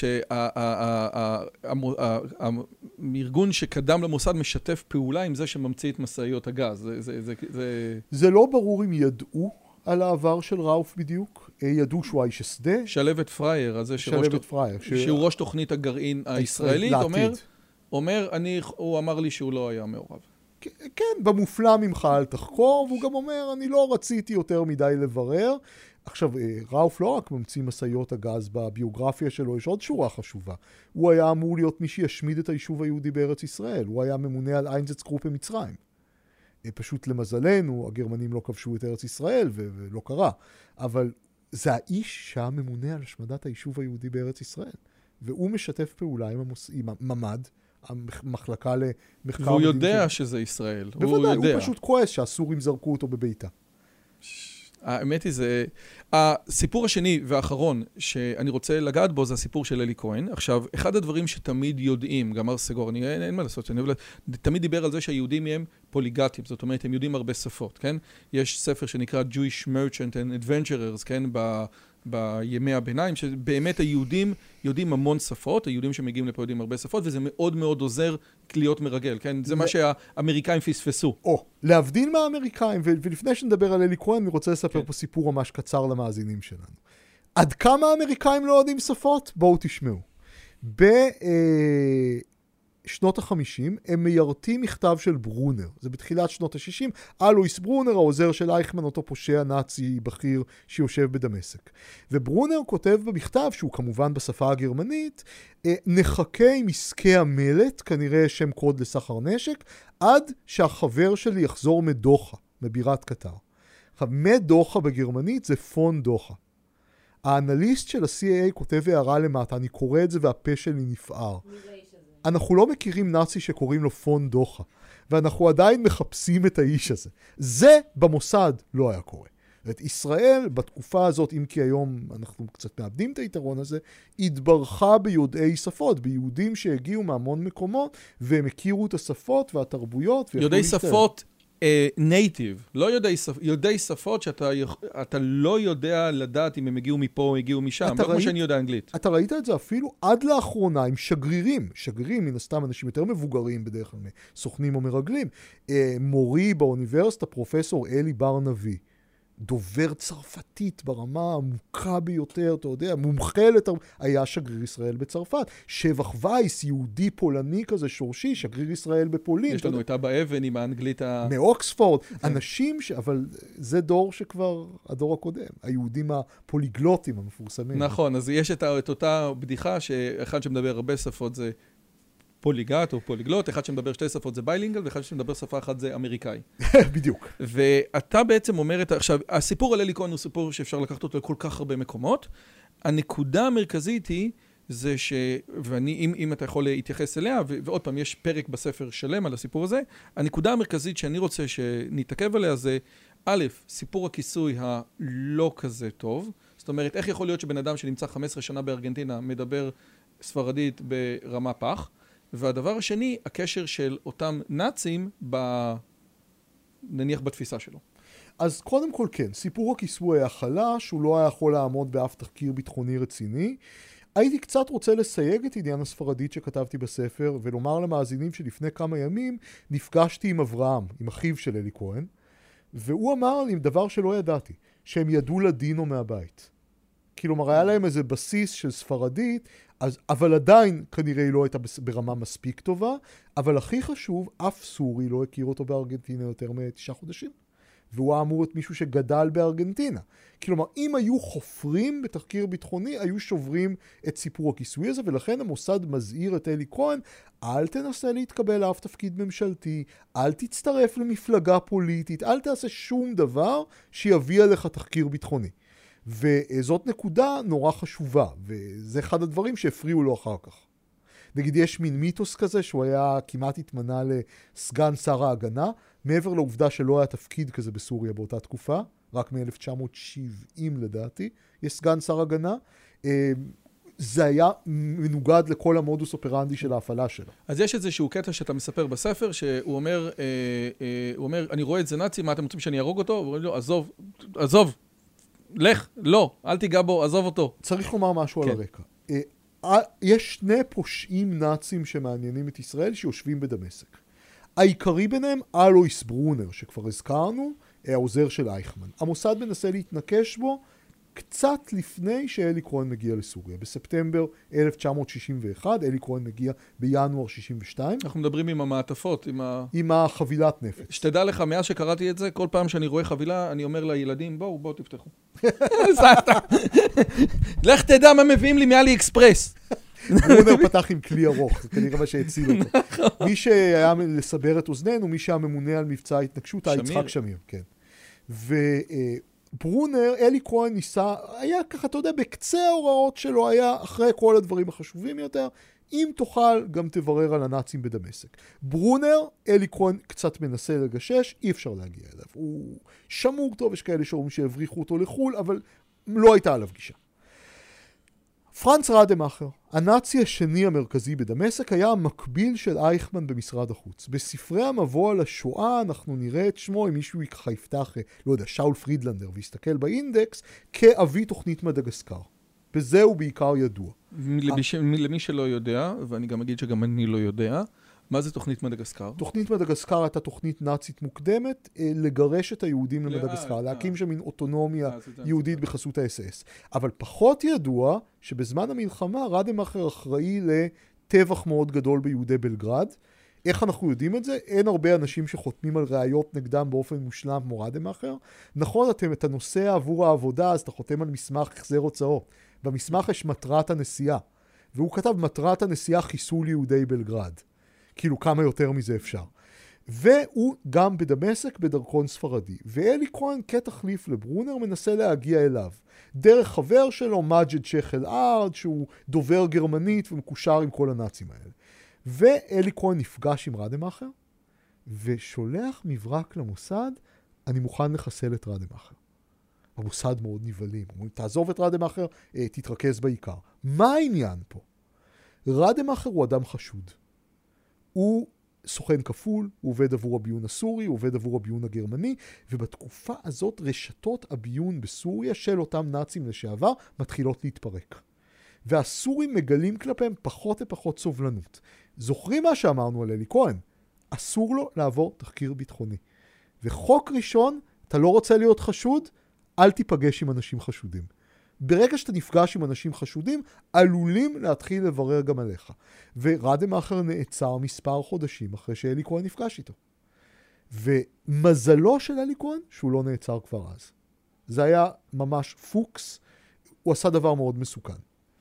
שהארגון שקדם למוסד משתף פעולה עם זה שממציא את מסעיות הגז. זה לא ברור אם ידעו על העבר של ראוף בדיוק, ידעו שהוא האיש השדה. שלוות פרייר, הזה שהוא ראש תוכנית הגרעין הישראלית, אומר, הוא אמר לי שהוא לא היה מעורב. כן, במופלא ממך אל תחקור, והוא גם אומר, אני לא רציתי יותר מדי לברר. עכשיו, ראוף לא רק ממציא מסעיות הגז בביוגרפיה שלו, יש עוד שורה חשובה. הוא היה אמור להיות מי שישמיד את היישוב היהודי בארץ ישראל. הוא היה ממונה על איינזצקרופ במצרים. פשוט למזלנו, הגרמנים לא כבשו את ארץ ישראל, ולא קרה. אבל זה האיש שהיה ממונה על השמדת היישוב היהודי בארץ ישראל. והוא משתף פעולה עם ממד, המחלקה למחקר... והוא יודע שזה ישראל. בוודאי, הוא פשוט כועס שהסורים זרקו אותו בביתה. האמת היא זה... הסיפור השני והאחרון שאני רוצה לגעת בו זה הסיפור של אלי כהן. עכשיו, אחד הדברים שתמיד יודעים, גם ארסגור, אין מה לעשות, תמיד דיבר על זה שהיהודים הם פוליגטים, זאת אומרת, הם יודעים הרבה שפות, כן? יש ספר שנקרא Jewish Merchant and Adventurers, כן? בימי הביניים, שבאמת היהודים יודעים המון שפות, היהודים שמגיעים לפה יודעים הרבה שפות, וזה מאוד מאוד עוזר להיות מרגל, כן? זה מה שהאמריקאים פספסו. להבדיל מהאמריקאים, ולפני שנדבר על אלי כהן, אני רוצה לספר פה סיפור ממש קצר למאזינים שלנו. עד כמה האמריקאים לא יודעים שפות? בואו תשמעו. בשנות ה-50 הם מיירתים מכתב של ברונר, זה בתחילת שנות ה-60, אלויס ברונר, העוזר של אייכמן, אותו פושע נאצי בכיר שיושב בדמשק. וברונר כותב במכתב, שהוא כמובן בשפה הגרמנית, נחכה עם עסקי המלט, כנראה שם קוד לסחר נשק, עד שהחבר שלי יחזור מדוחה, מבירת קטר. עכשיו, מדוחה בגרמנית זה פון דוחה. האנליסט של ה-CIA כותב הערה למטה, אני קורא את זה והפה שלי נפער. אנחנו לא מכירים נאצי שקוראים לו פון דוחה, ואנחנו עדיין מחפשים את האיש הזה. זה במוסד לא היה קורה. ואת ישראל בתקופה הזאת, אם כי היום אנחנו קצת מאבדים את היתרון הזה, התברכה ביודעי שפות, ביהודים שהגיעו מהמון מקומות, והם הכירו את השפות והתרבויות. יודעי שפות נייטיב, לא יודעי שפות שאתה לא יודע לדעת אם הם הגיעו מפה או הגיעו משם, לא כמו שאני יודע אנגלית. אתה ראית את זה אפילו עד לאחרונה עם שגרירים, מן הסתם אנשים יותר מבוגרים בדרך כלל, סוכנים או מרגלים, מורי באוניברסיטה, פרופסור אלי בר נביא, דובר צרפתית ברמה העמוקה ביותר, אתה יודע, מומחה היה שגריר ישראל בצרפת. שבח וייס, יהודי פולני כזה שורשי, שגריר ישראל בפולין. יש לנו את אבא אבן עם האנגלית מאוקספורד. אנשים אבל זה דור שכבר, הדור הקודם, היהודים הפוליגלוטים המפורסמים. נכון, אז יש את אותה בדיחה שאחד שמדבר הרבה שפות זה פוליגט או פוליגלוט, אחד שמדבר שתי שפות זה ביילינגל, ואחד שמדבר שפה אחת זה אמריקאי. בדיוק. ואתה בעצם אומרת, עכשיו, הסיפור על אלי כהן הוא סיפור שאפשר לקחת אותו לכל כך הרבה מקומות. הנקודה המרכזית היא, זה אם אתה יכול להתייחס אליה, ועוד פעם, יש פרק בספר שלם על הסיפור הזה, הנקודה המרכזית שאני רוצה שנתעכב עליה זה, א', סיפור הכיסוי הלא כזה טוב, זאת אומרת, איך יכול להיות שבן אדם שנמצא 15 שנה בארגנטינה מדבר ספרדית ברמה פח, והדבר השני, הקשר של אותם נאצים, נניח בתפיסה שלו. אז קודם כל כן, סיפור הכיסוי היה חלש, הוא לא היה יכול לעמוד באף תחקיר ביטחוני רציני. הייתי קצת רוצה לסייג את עניין הספרדית שכתבתי בספר, ולומר למאזינים שלפני כמה ימים נפגשתי עם אברהם, עם אחיו של אלי כהן, והוא אמר לי דבר שלא ידעתי, שהם ידעו לדינו מהבית. כלומר, היה להם איזה בסיס של ספרדית, אבל עדיין כנראה היא לא הייתה ברמה מספיק טובה, אבל הכי חשוב, אף סורי לא הכיר אותו בארגנטינה יותר מ9 חודשים. והוא היה אמור להיות מישהו שגדל בארגנטינה. כלומר, אם היו חופרים בתחקיר ביטחוני, היו שוברים את סיפור הכיסוי הזה, ולכן המוסד מזהיר את אלי כהן, אל תנסה להתקבל לאף תפקיד ממשלתי, אל תצטרף למפלגה פוליטית, אל תעשה שום דבר שיביא עליך תחקיר ביטחוני. וזאת נקודה נורא חשובה, וזה אחד הדברים שהפריעו לו אחר כך. נגיד, יש מין מיתוס כזה שהוא היה כמעט התמנה לסגן שר ההגנה, מעבר לעובדה שלא היה תפקיד כזה בסוריה באותה תקופה, רק מ-1970 לדעתי, יש סגן שר הגנה. זה היה מנוגד לכל המודוס אופרנדי של ההפעלה שלו. אז יש איזשהו קטע שאתה מספר בספר, שהוא אומר, אני רואה את זה נאצי, מה אתם רוצים שאני ארוג אותו? הוא אומר לו, עזוב, לך, לא, אל תיגע בו, עזוב אותו. צריך לומר משהו על הרקע. יש שני פושעים נאצים שמעניינים את ישראל שיושבים בדמשק. העיקרי ביניהם, אלויס ברונר, שכבר הזכרנו, העוזר של אייכמן. המוסד מנסה להתנקש בו קצת לפני שאלי כהן מגיע לסוריה. בספטמבר 1961, אלי כהן מגיע בינואר 62. אנחנו מדברים עם המעטפות, עם החבילת נפץ. שתדע לך, מאז שקראתי את זה, כל פעם שאני רואה חבילה, אני אומר לילדים, בואו תפתחו. לך תדע מה מביאים לי מאלי אקספרס. ברונר פתח עם כלי ארוך, זה כנראה מה שהציל אותו. מי שהיה לסבר את אוזנינו, מי שהממונה על מבצע ההתנקשות, היה יצחק שמיר, כן. וברונר, אלי כהן ניסה, היה ככה, אתה יודע, בקצה ההוראות שלו, היה אחרי כל הדברים החשובים יותר, אם תוכל, גם תברר על הנאצים בדמשק. ברונר, אלי כהן קצת מנסה לגשש, אי אפשר להגיע אליו. הוא שמור טוב, יש כאלה שאומרים שהבריחו אותו לחול, אבל לא הייתה עליו גישה. פרנץ רדמאכר, הנאצי השני המרכזי בדמשק, היה המקביל של אייכמן במשרד החוץ. בספרי המבוא על השואה אנחנו נראה את שמו, אם מישהו ככה יפתח, לא יודע, שאול פרידלנדר, ויסתכל באינדקס, כאבי תוכנית מדגסקר. בזה הוא בעיקר ידוע. למי שלא יודע, ואני גם אגיד שגם אני לא יודע, מה זה תוכנית מדגסקר? תוכנית מדגסקר הייתה תוכנית נאצית מוקדמת לגרש את היהודים למדגסקר, להקים שם מין אוטונומיה יהודית בחסות ה-SS. אבל פחות ידוע שבזמן המלחמה רדמאכר אחראי לטבח מאוד גדול ביהודי בלגרד. איך אנחנו יודעים את זה? אין הרבה אנשים שחותמים על ראיות נגדם באופן מושלם כמו רדמאכר. נכון, את הנושא עבור העבודה, אז אתה חותם על מסמך החזר הוצאות. במסמך יש מטרת הנסיעה, והוא כתב מטרת הנסיעה חיסול יהודי בלגרד. כאילו כמה יותר מזה אפשר. והוא גם בדמשק בדרכון ספרדי. ואלי כהן כתחליף לברונר מנסה להגיע אליו. דרך חבר שלו, מג'ד שייח אל-ארד, שהוא דובר גרמנית ומקושר עם כל הנאצים האלה. ואלי כהן נפגש עם רדמאכר, ושולח מברק למוסד, אני מוכן לחסל את רדמאכר. המוסד מאוד נבלים. הוא אומר, תעזוב את רדמאכר, תתרכז בעיקר. מה העניין פה? רדמאכר הוא אדם חשוד. הוא סוכן כפול, הוא עובד עבור הביון הסורי, הוא עובד עבור הביון הגרמני, ובתקופה הזאת רשתות הביון בסוריה של אותם נאצים לשעבר מתחילות להתפרק. והסורים מגלים כלפיהם פחות ופחות סובלנות. זוכרים מה שאמרנו על אלי כהן? אסור לו לעבור תחקיר ביטחוני. וחוק ראשון, אתה לא רוצה להיות חשוד, אל תיפגש עם אנשים חשודים. ברגע שאתה נפגש עם אנשים חשודים, עלולים להתחיל לברר גם עליך. ורדמאכר נעצר מספר חודשים אחרי שאלי כהן נפגש איתו. ומזלו של אלי כהן, שהוא לא נעצר כבר אז. זה היה ממש פוקס, הוא עשה דבר מאוד מסוכן.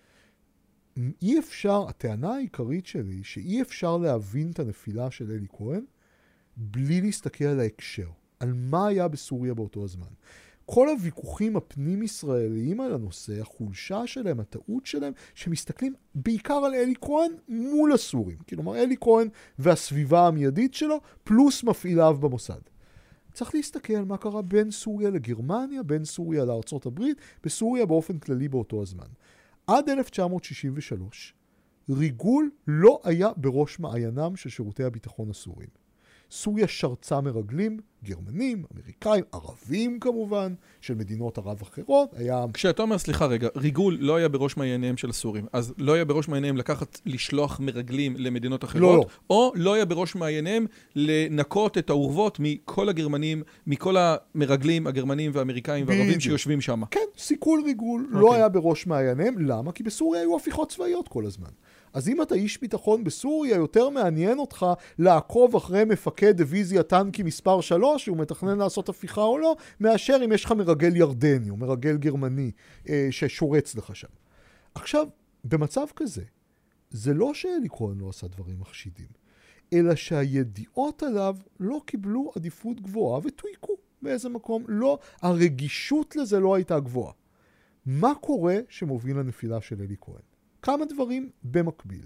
אי אפשר, הטענה העיקרית שלי, שאי אפשר להבין את הנפילה של אלי כהן, בלי להסתכל על ההקשר, על מה היה בסוריה באותו הזמן. כל הוויכוחים הפנים-ישראליים על הנושא, החולשה שלהם, הטעות שלהם, שמסתכלים בעיקר על אלי כהן מול הסורים. כלומר, אלי כהן והסביבה המיידית שלו, פלוס מפעיליו במוסד. צריך להסתכל על מה קרה בין סוריה לגרמניה, בין סוריה לארצות הברית, בסוריה באופן כללי באותו הזמן. עד 1963, ריגול לא היה בראש מעיינם של שירותי הביטחון הסוריים. סוריה שרצה מרגלים, גרמנים, אמריקאים, ערבים כמובן, של מדינות ערב אחרות. כשאתה אומר, סליחה רגע, ריגול לא היה בראש מעייניהם של הסורים, אז לא היה בראש מעייניהם לשלוח מרגלים למדינות אחרות, או לא היה בראש מעייניהם לנקות את האורוות מכל הגרמנים, מכל המרגלים, הגרמנים והאמריקאים והערבים שיושבים שם. כן, סיכול ריגול לא היה בראש מעייניהם. למה? כי בסוריה היו הפיכות צבאיות כל הזמן. אז אם אתה איש ביטחון בסוריה, יותר מעניין אותך לעקוב אחרי מפקד דיוויזיה טנקי מספר 3, שהוא מתכנן לעשות הפיכה או לא, מאשר אם יש לך מרגל ירדני או מרגל גרמני ששורץ לך שם. עכשיו, במצב כזה, זה לא שאלי כהן לא עשה דברים מחשידים, אלא שהידיעות עליו לא קיבלו עדיפות גבוהה ותויקו באיזה מקום. לא, הרגישות לזה לא הייתה גבוהה. מה קורה שמוביל לנפילה של אלי כהן? כמה דברים במקביל.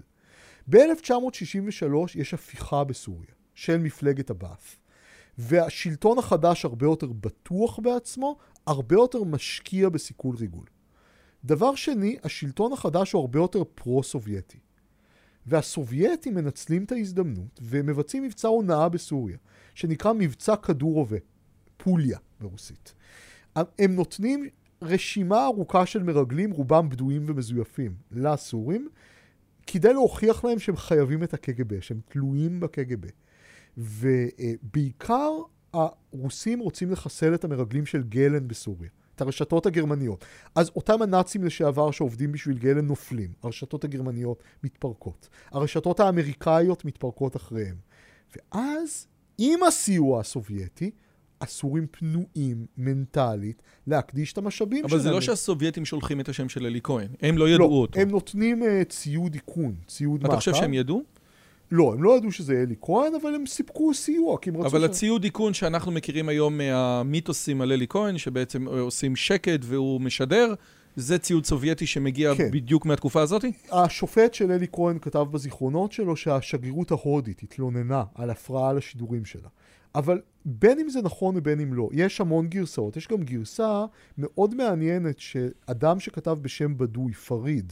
ב-1963 יש הפיכה בסוריה של מפלגת הבאת', והשלטון החדש הרבה יותר בטוח בעצמו, הרבה יותר משקיע בסיכול ריגול. דבר שני, השלטון החדש הוא הרבה יותר פרו-סובייטי. והסובייטים מנצלים את ההזדמנות ומבצעים מבצע הונאה בסוריה, שנקרא מבצע כדור רובה, פוליה ברוסית. הם נותנים רשימה ארוכה של מרגלים, רובם בדויים ומזויפים, לסורים, כדי להוכיח להם שהם חייבים את הקג"ב, שהם תלויים בקג"ב. ובעיקר הרוסים רוצים לחסל את המרגלים של גלן בסוריה, את הרשתות הגרמניות. אז אותם הנאצים לשעבר שעובדים בשביל גלן נופלים, הרשתות הגרמניות מתפרקות, הרשתות האמריקאיות מתפרקות אחריהם. ואז, עם הסיוע הסובייטי, הסורים פנויים מנטלית להקדיש את המשאבים שלהם. אבל זה לא שהסובייטים שולחים את השם של אלי כהן, הם לא ידעו אותו. לא, הם נותנים ציוד איכון, ציוד מעקב. אתה חושב שהם ידעו? לא, הם לא ידעו שזה אלי כהן, אבל הם סיפקו סיוע, כי הם רצו אבל הציוד איכון שאנחנו מכירים היום מהמיתוסים על אלי כהן, שבעצם עושים שקט והוא משדר, זה ציוד סובייטי שמגיע בדיוק מהתקופה הזאת? השופט של אלי כהן כתב בזיכרונות שלו שהשגרירות ההודית התלוננה על הפרעה לשידורים שלה. אבל בין אם זה נכון ובין אם לא, יש המון גרסאות. יש גם גרסה מאוד מעניינת שאדם שכתב בשם בדוי, פריד,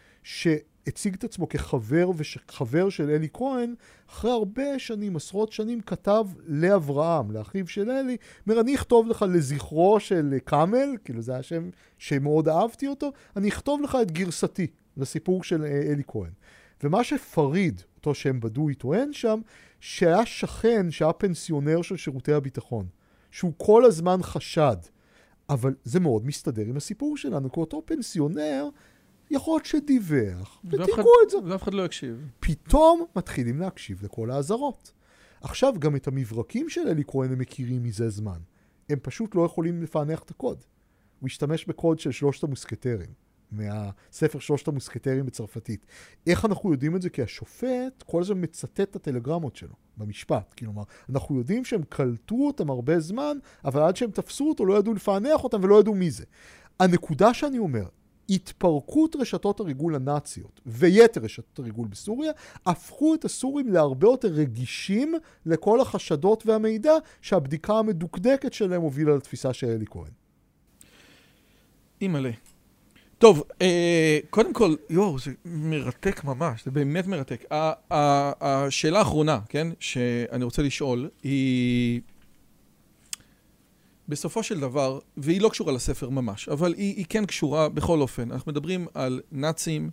שהציג את עצמו כחבר וחבר של אלי כהן, אחרי הרבה שנים, עשרות שנים, כתב לאברהם, לאחיו של אלי, אומר, אני אכתוב לך לזכרו של קאמל, כאילו זה השם שמאוד אהבתי אותו, אני אכתוב לך את גרסתי לסיפור של אלי כהן. ומה שפריד, אותו שם בדוי, טוען שם, שהיה שכן, שהיה פנסיונר של שירותי הביטחון, שהוא כל הזמן חשד. אבל זה מאוד מסתדר עם הסיפור שלנו, כי אותו פנסיונר יכול להיות שדיווח, ותראו את זה. ואף אחד לא יקשיב. פתאום מתחילים להקשיב לכל האזהרות. עכשיו גם את המברקים של אלי כהן הם מכירים מזה זמן. הם פשוט לא יכולים לפענח את הקוד. הוא השתמש בקוד של 3 המוסקטרים. מהספר 3 המוסקטרים בצרפתית. איך אנחנו יודעים את זה? כי השופט כל הזמן מצטט את הטלגרמות שלו במשפט. כלומר, אנחנו יודעים שהם קלטו אותם הרבה זמן, אבל עד שהם תפסו אותו לא ידעו לפענח אותם ולא ידעו מי זה. הנקודה שאני אומר, התפרקות רשתות הריגול הנאציות ויתר רשתות הריגול בסוריה, הפכו את הסורים להרבה יותר רגישים לכל החשדות והמידע שהבדיקה המדוקדקת שלהם הובילה לתפיסה של אלי כהן. אימאלה. טוב, קודם כל, זה מרתק ממש, זה באמת מרתק. השאלה האחרונה, כן, שאני רוצה לשאול, היא בסופו של דבר, והיא לא קשורה לספר ממש, אבל היא כן קשורה בכל אופן. אנחנו מדברים על נאצים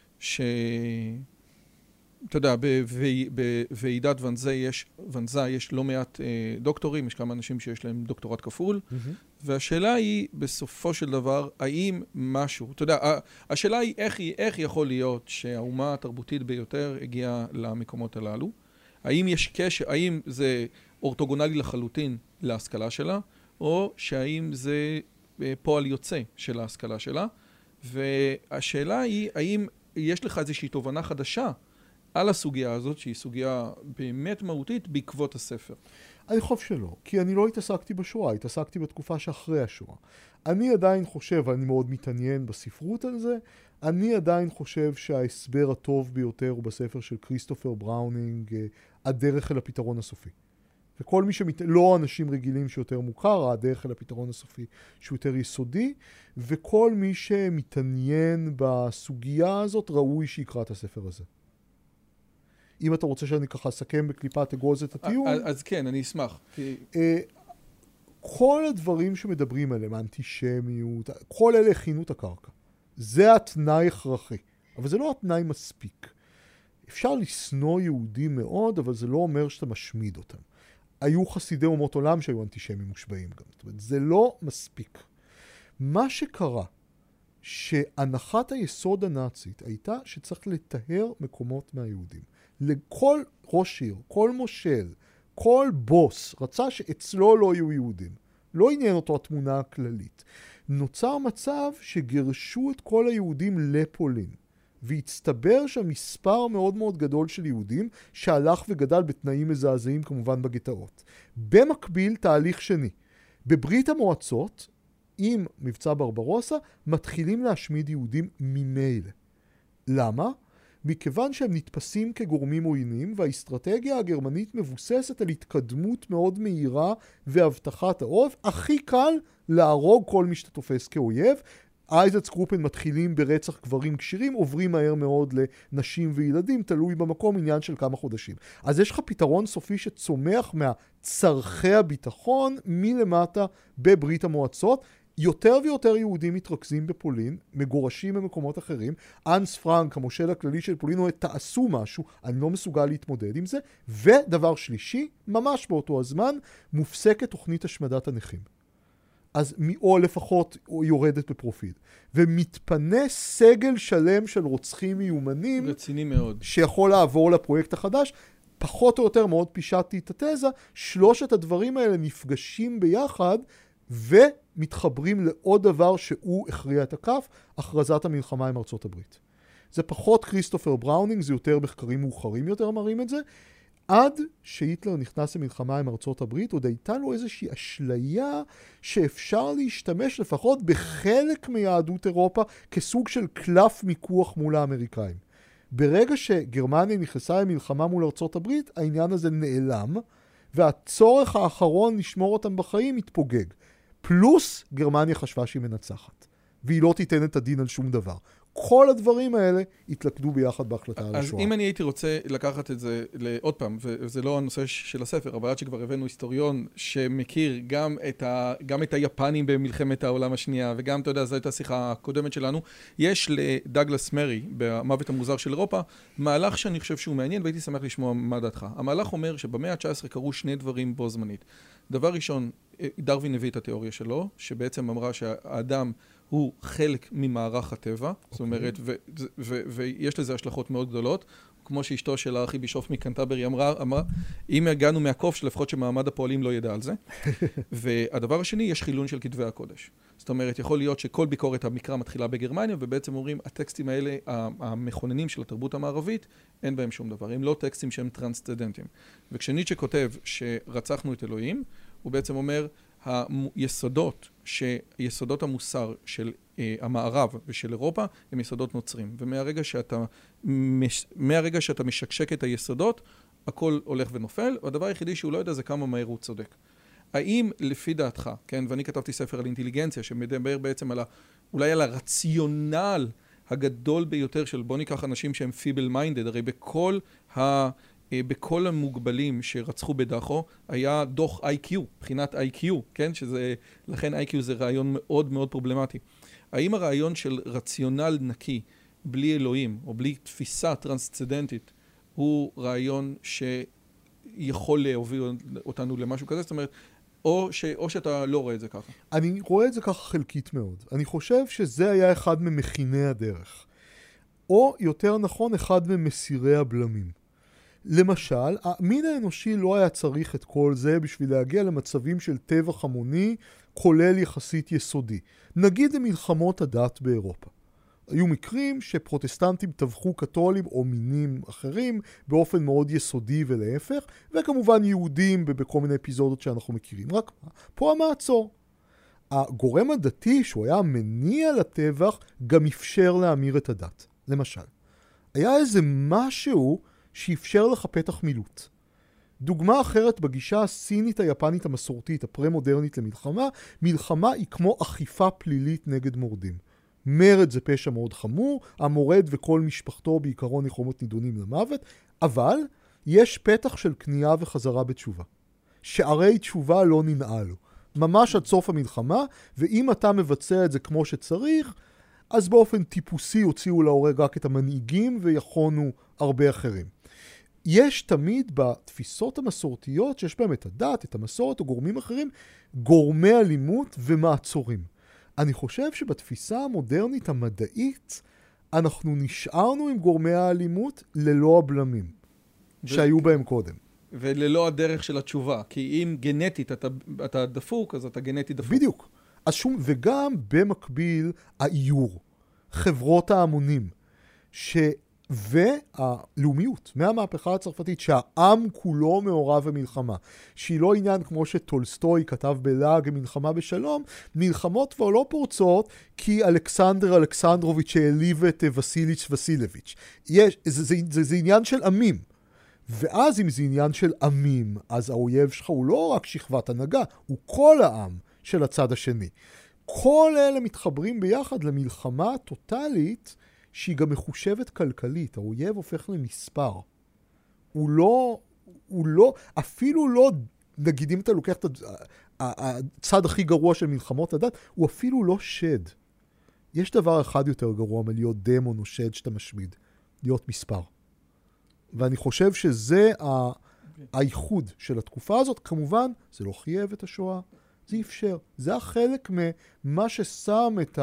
אתה יודע, בוועידת ונזה יש לא מעט דוקטורים, יש כמה אנשים שיש להם דוקטורט כפול, והשאלה היא, בסופו של דבר, האם משהו, אתה יודע, השאלה היא איך יכול להיות שהאומה התרבותית ביותר הגיעה למקומות הללו? האם יש קשר, האם זה אורתוגונלי לחלוטין להשכלה שלה, או שהאם זה פועל יוצא של ההשכלה שלה? והשאלה היא, האם יש לך איזושהי תובנה חדשה על הסוגיה הזאת, שהיא סוגיה באמת מהותית בעקבות הספר? אני חושב שלא, כי אני לא התעסקתי בשואה, התעסקתי בתקופה שאחרי השואה. אני עדיין חושב, אני מאוד מתעניין בספרות על זה, אני עדיין חושב שההסבר הטוב ביותר הוא בספר של כריסטופר בראונינג, הדרך אל הפתרון הסופי. וכל מי לא אנשים רגילים שיותר מוכר, הדרך אל הפתרון הסופי שהוא יותר יסודי, וכל מי שמתעניין בסוגיה הזאת ראוי שיקרא את הספר הזה. אם אתה רוצה שאני ככה אסכם בקליפת אגוז את הטיעון. אז כן, אני אשמח. כל הדברים שמדברים עליהם, האנטישמיות, כל אלה הכינו את הקרקע. זה התנאי הכרחי, אבל זה לא התנאי מספיק. אפשר לשנוא יהודים מאוד, אבל זה לא אומר שאתה משמיד אותם. היו חסידי אומות עולם שהיו אנטישמים מושבעים גם. זאת אומרת, זה לא מספיק. מה שקרה, שהנחת היסוד הנאצית הייתה שצריך לטהר מקומות מהיהודים. לכל ראש עיר, כל מושל, כל בוס רצה שאצלו לא יהיו יהודים. לא עניין אותו התמונה הכללית. נוצר מצב שגרשו את כל היהודים לפולין. והצטבר שם מספר מאוד מאוד גדול של יהודים שהלך וגדל בתנאים מזעזעים כמובן בגטאות. במקביל תהליך שני. בברית המועצות, עם מבצע ברברוסה, מתחילים להשמיד יהודים ממילא. למה? מכיוון שהם נתפסים כגורמים עוינים, והאסטרטגיה הגרמנית מבוססת על התקדמות מאוד מהירה והבטחת העורף. הכי קל להרוג כל מי שתופס כאויב. אייזנצגרופן מתחילים ברצח גברים כשירים, עוברים מהר מאוד לנשים וילדים, תלוי במקום, עניין של כמה חודשים. אז יש לך פתרון סופי שצומח מהצרכי הביטחון מלמטה בברית המועצות. יותר ויותר יהודים מתרכזים בפולין, מגורשים במקומות אחרים. אנס פרנק, המושל הכללי של פולין, הוא תעשו משהו, אני לא מסוגל להתמודד עם זה. ודבר שלישי, ממש באותו הזמן, מופסקת תוכנית השמדת הנכים. אז או לפחות יורדת בפרופיל. ומתפנה סגל שלם של רוצחים מיומנים. רציני מאוד. שיכול לעבור לפרויקט החדש. פחות או יותר מאוד פישטתי את התזה. שלושת הדברים האלה נפגשים ביחד ומתחברים לעוד דבר שהוא הכריע את הכף, הכרזת המלחמה עם ארצות הברית. זה פחות כריסטופר בראונינג, זה יותר מחקרים מאוחרים יותר מראים את זה. עד שהיטלר נכנס למלחמה עם ארצות הברית, עוד הייתה לו איזושהי אשליה שאפשר להשתמש לפחות בחלק מיהדות אירופה כסוג של קלף מיקוח מול האמריקאים. ברגע שגרמניה נכנסה למלחמה מול ארצות הברית, העניין הזה נעלם, והצורך האחרון לשמור אותם בחיים מתפוגג. פלוס גרמניה חשבה שהיא מנצחת, והיא לא תיתן את הדין על שום דבר. כל הדברים האלה התלכדו ביחד בהחלטה על השואה. אז אם אני הייתי רוצה לקחת את זה עוד פעם, וזה לא הנושא של הספר, אבל עד שכבר הבאנו היסטוריון שמכיר גם את היפנים במלחמת העולם השנייה, וגם, אתה יודע, זו הייתה השיחה הקודמת שלנו, יש לדאגלס מרי, במוות המוזר של אירופה, מהלך שאני חושב שהוא מעניין, והייתי שמח לשמוע מה דעתך. המהלך אומר שבמאה ה-19 קרו שני דברים בו זמנית. דבר ראשון, דרווין הביא את התיאוריה שלו, שבעצם אמרה שהאדם הוא חלק ממערך הטבע, זאת אומרת, ויש לזה השלכות מאוד גדולות, כמו שאשתו של הארכיבישוף מקנטרברי אמרה, אם הגענו מהקוף, שלפחות שמעמד הפועלים לא ידע על זה. והדבר השני, יש חילון של כתבי הקודש. זאת אומרת, יכול להיות שכל ביקורת המקרא מתחילה בגרמניה, ובעצם אומרים, הטקסטים האלה, המכוננים של התרבות המערבית, אין בהם שום דבר. הם לא טקסטים שהם טרנסצדנטיים. וכשניטשה כותב שרצחנו את אלוהים, הוא בעצם אומר, יסודות המוסר של המערב ושל אירופה הם יסודות נוצרים. ומהרגע שאתה משקשק את היסודות, הכל הולך ונופל, והדבר היחידי שהוא לא יודע זה כמה מהר הוא צודק. האם לפי דעתך, כן, ואני כתבתי ספר על אינטליגנציה, שמדבר בעצם אולי על הרציונל הגדול ביותר של בוא ניקח אנשים שהם פיבל מיינדד, הרי בכל המוגבלים שרצחו בדחו היה דוח IQ, בחינת IQ, כן? לכן IQ זה רעיון מאוד מאוד פרובלמטי. האם הרעיון של רציונל נקי, בלי אלוהים, או בלי תפיסה טרנסצדנטית, הוא רעיון שיכול להוביל אותנו למשהו כזה? זאת אומרת, או שאתה לא רואה את זה ככה? אני רואה את זה ככה חלקית מאוד. אני חושב שזה היה אחד ממכיני הדרך. או יותר נכון, אחד ממסירי הבלמים. למשל, המין האנושי לא היה צריך את כל זה בשביל להגיע למצבים של טבח המוני, כולל יחסית יסודי. נגיד למלחמות הדת באירופה. היו מקרים שפרוטסטנטים טבחו קתולים או מינים אחרים באופן מאוד יסודי ולהפך, וכמובן יהודים בכל מיני אפיזודות שאנחנו מכירים. רק פה המעצור. הגורם הדתי שהוא היה מניע לטבח גם אפשר להמיר את הדת. למשל, היה איזה משהו שאפשר לך פתח מילוט. דוגמה אחרת בגישה הסינית היפנית המסורתית, הפרה-מודרנית למלחמה, מלחמה היא כמו אכיפה פלילית נגד מורדים. מרד זה פשע מאוד חמור, המורד וכל משפחתו בעיקרון יכולים להיות נידונים למוות, אבל יש פתח של קנייה וחזרה בתשובה. שערי תשובה לא ננעלו. ממש עד סוף המלחמה, ואם אתה מבצע את זה כמו שצריך, אז באופן טיפוסי הוציאו להורג רק את המנהיגים ויכונו הרבה אחרים. יש תמיד בתפיסות המסורתיות שיש בהם את הדת, את המסורת או גורמים אחרים, גורמי אלימות ומעצורים. אני חושב שבתפיסה המודרנית המדעית, אנחנו נשארנו עם גורמי האלימות ללא הבלמים שהיו בהם קודם. וללא הדרך של התשובה, כי אם גנטית אתה דפוק, אז אתה גנטית דפוק. בדיוק. וגם במקביל האיור, חברות ההמונים, והלאומיות, מהמהפכה הצרפתית, שהעם כולו מעורב במלחמה, שהיא לא עניין כמו שטולסטוי כתב בלעג מלחמה בשלום, מלחמות כבר לא פורצות, כי אלכסנדר אלכסנדרוביץ' העליב את וסיליץ' וסילביץ'. זה עניין של עמים. ואז אם זה עניין של עמים, אז האויב שלך הוא לא רק שכבת הנהגה, הוא כל העם של הצד השני. כל אלה מתחברים ביחד למלחמה טוטלית, שהיא גם מחושבת כלכלית. האויב הופך למספר. הוא לא, אפילו לא, נגיד אם אתה לוקח את הצד הכי גרוע של מלחמות הדת, הוא אפילו לא שד. יש דבר אחד יותר גרוע מלהיות דמון או שד שאתה משמיד, להיות מספר. ואני חושב שזה הייחוד של התקופה הזאת. כמובן, זה לא חייב את השואה, זה אפשר. זה החלק ממה ששם את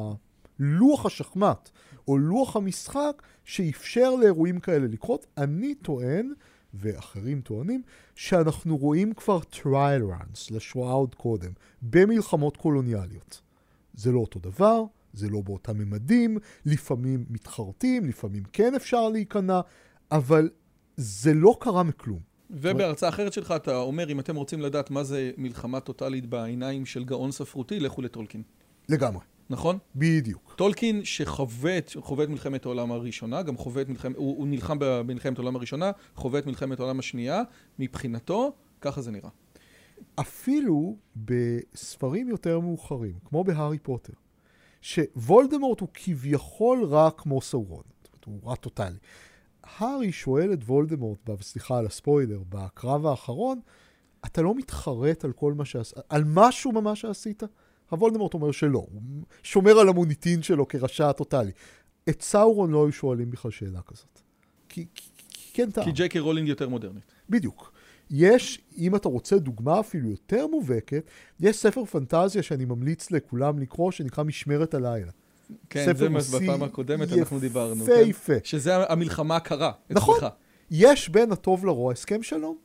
לוח השחמט, או לוח המשחק, שאפשר לאירועים כאלה לקרות. אני טוען, ואחרים טוענים, שאנחנו רואים כבר trial runs לשואה עוד קודם, במלחמות קולוניאליות. זה לא אותו דבר, זה לא באותם ממדים, לפעמים מתחרטים, לפעמים כן אפשר להיכנע, אבל זה לא קרה מכלום. ובהרצאה אחרת שלך אתה אומר, אם אתם רוצים לדעת מה זה מלחמה טוטלית בעיניים של גאון ספרותי, לכו לטולקין. לגמרי. נכון? בדיוק. טולקין שחווה את מלחמת העולם הראשונה, גם הוא נלחם במלחמת העולם הראשונה, חווה את מלחמת העולם השנייה, מבחינתו, ככה זה נראה. אפילו בספרים יותר מאוחרים, כמו בהארי פוטר, שוולדמורט הוא כביכול רע כמו סאורון, הוא רע טוטלי. הארי שואל את וולדמורט, סליחה על הספוילר, בקרב האחרון, אתה לא מתחרט על כל מה שעשית, על משהו ממש שעשית? הוולדמורט אומר שלא, הוא שומר על המוניטין שלו כרשע טוטלי. את סאורון לא היו שואלים בכלל שאלה כזאת. כי ג'יי קיי רולינג יותר מודרנית. בדיוק. יש, אם אתה רוצה דוגמה אפילו יותר מובהקת, יש ספר פנטזיה שאני ממליץ לכולם לקרוא, שנקרא משמרת הלילה. כן, זה בפעם הקודמת אנחנו דיברנו. יפה. שזה המלחמה הקרה. נכון. יש בין הטוב לרוע הסכם שלום.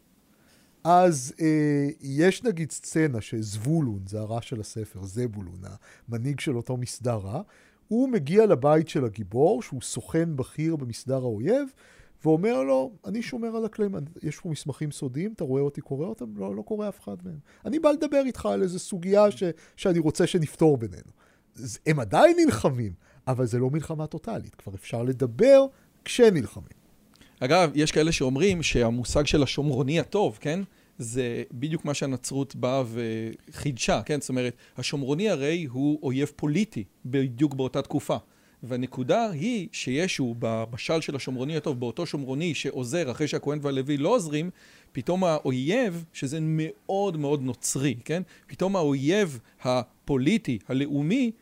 אז יש נגיד סצנה שזבולון, זה הרע של הספר, זבולון, המנהיג של אותו מסדר רע, הוא מגיע לבית של הגיבור, שהוא סוכן בכיר במסדר האויב, ואומר לו, אני שומר על הכלים, יש פה מסמכים סודיים, אתה רואה אותי קורא אותם? לא קורא אף אחד מהם. אני בא לדבר איתך על איזו סוגיה שאני רוצה שנפתור בינינו. הם עדיין נלחמים, אבל זה לא מלחמה טוטלית, כבר אפשר לדבר כשנלחמים. אגב, יש כאלה שאומרים שהמושג של השומרוני הטוב, כן? זה בדיוק מה שהנצרות באה וחידשה, כן? זאת אומרת, השומרוני הרי הוא אויב פוליטי, בדיוק באותה תקופה. והנקודה היא שישו במשל של השומרוני הטוב, באותו שומרוני שעוזר אחרי שהכהן והלוי לא עוזרים, פתאום האויב, שזה מאוד מאוד נוצרי, כן? פתאום האויב הפוליטי, הלאומי,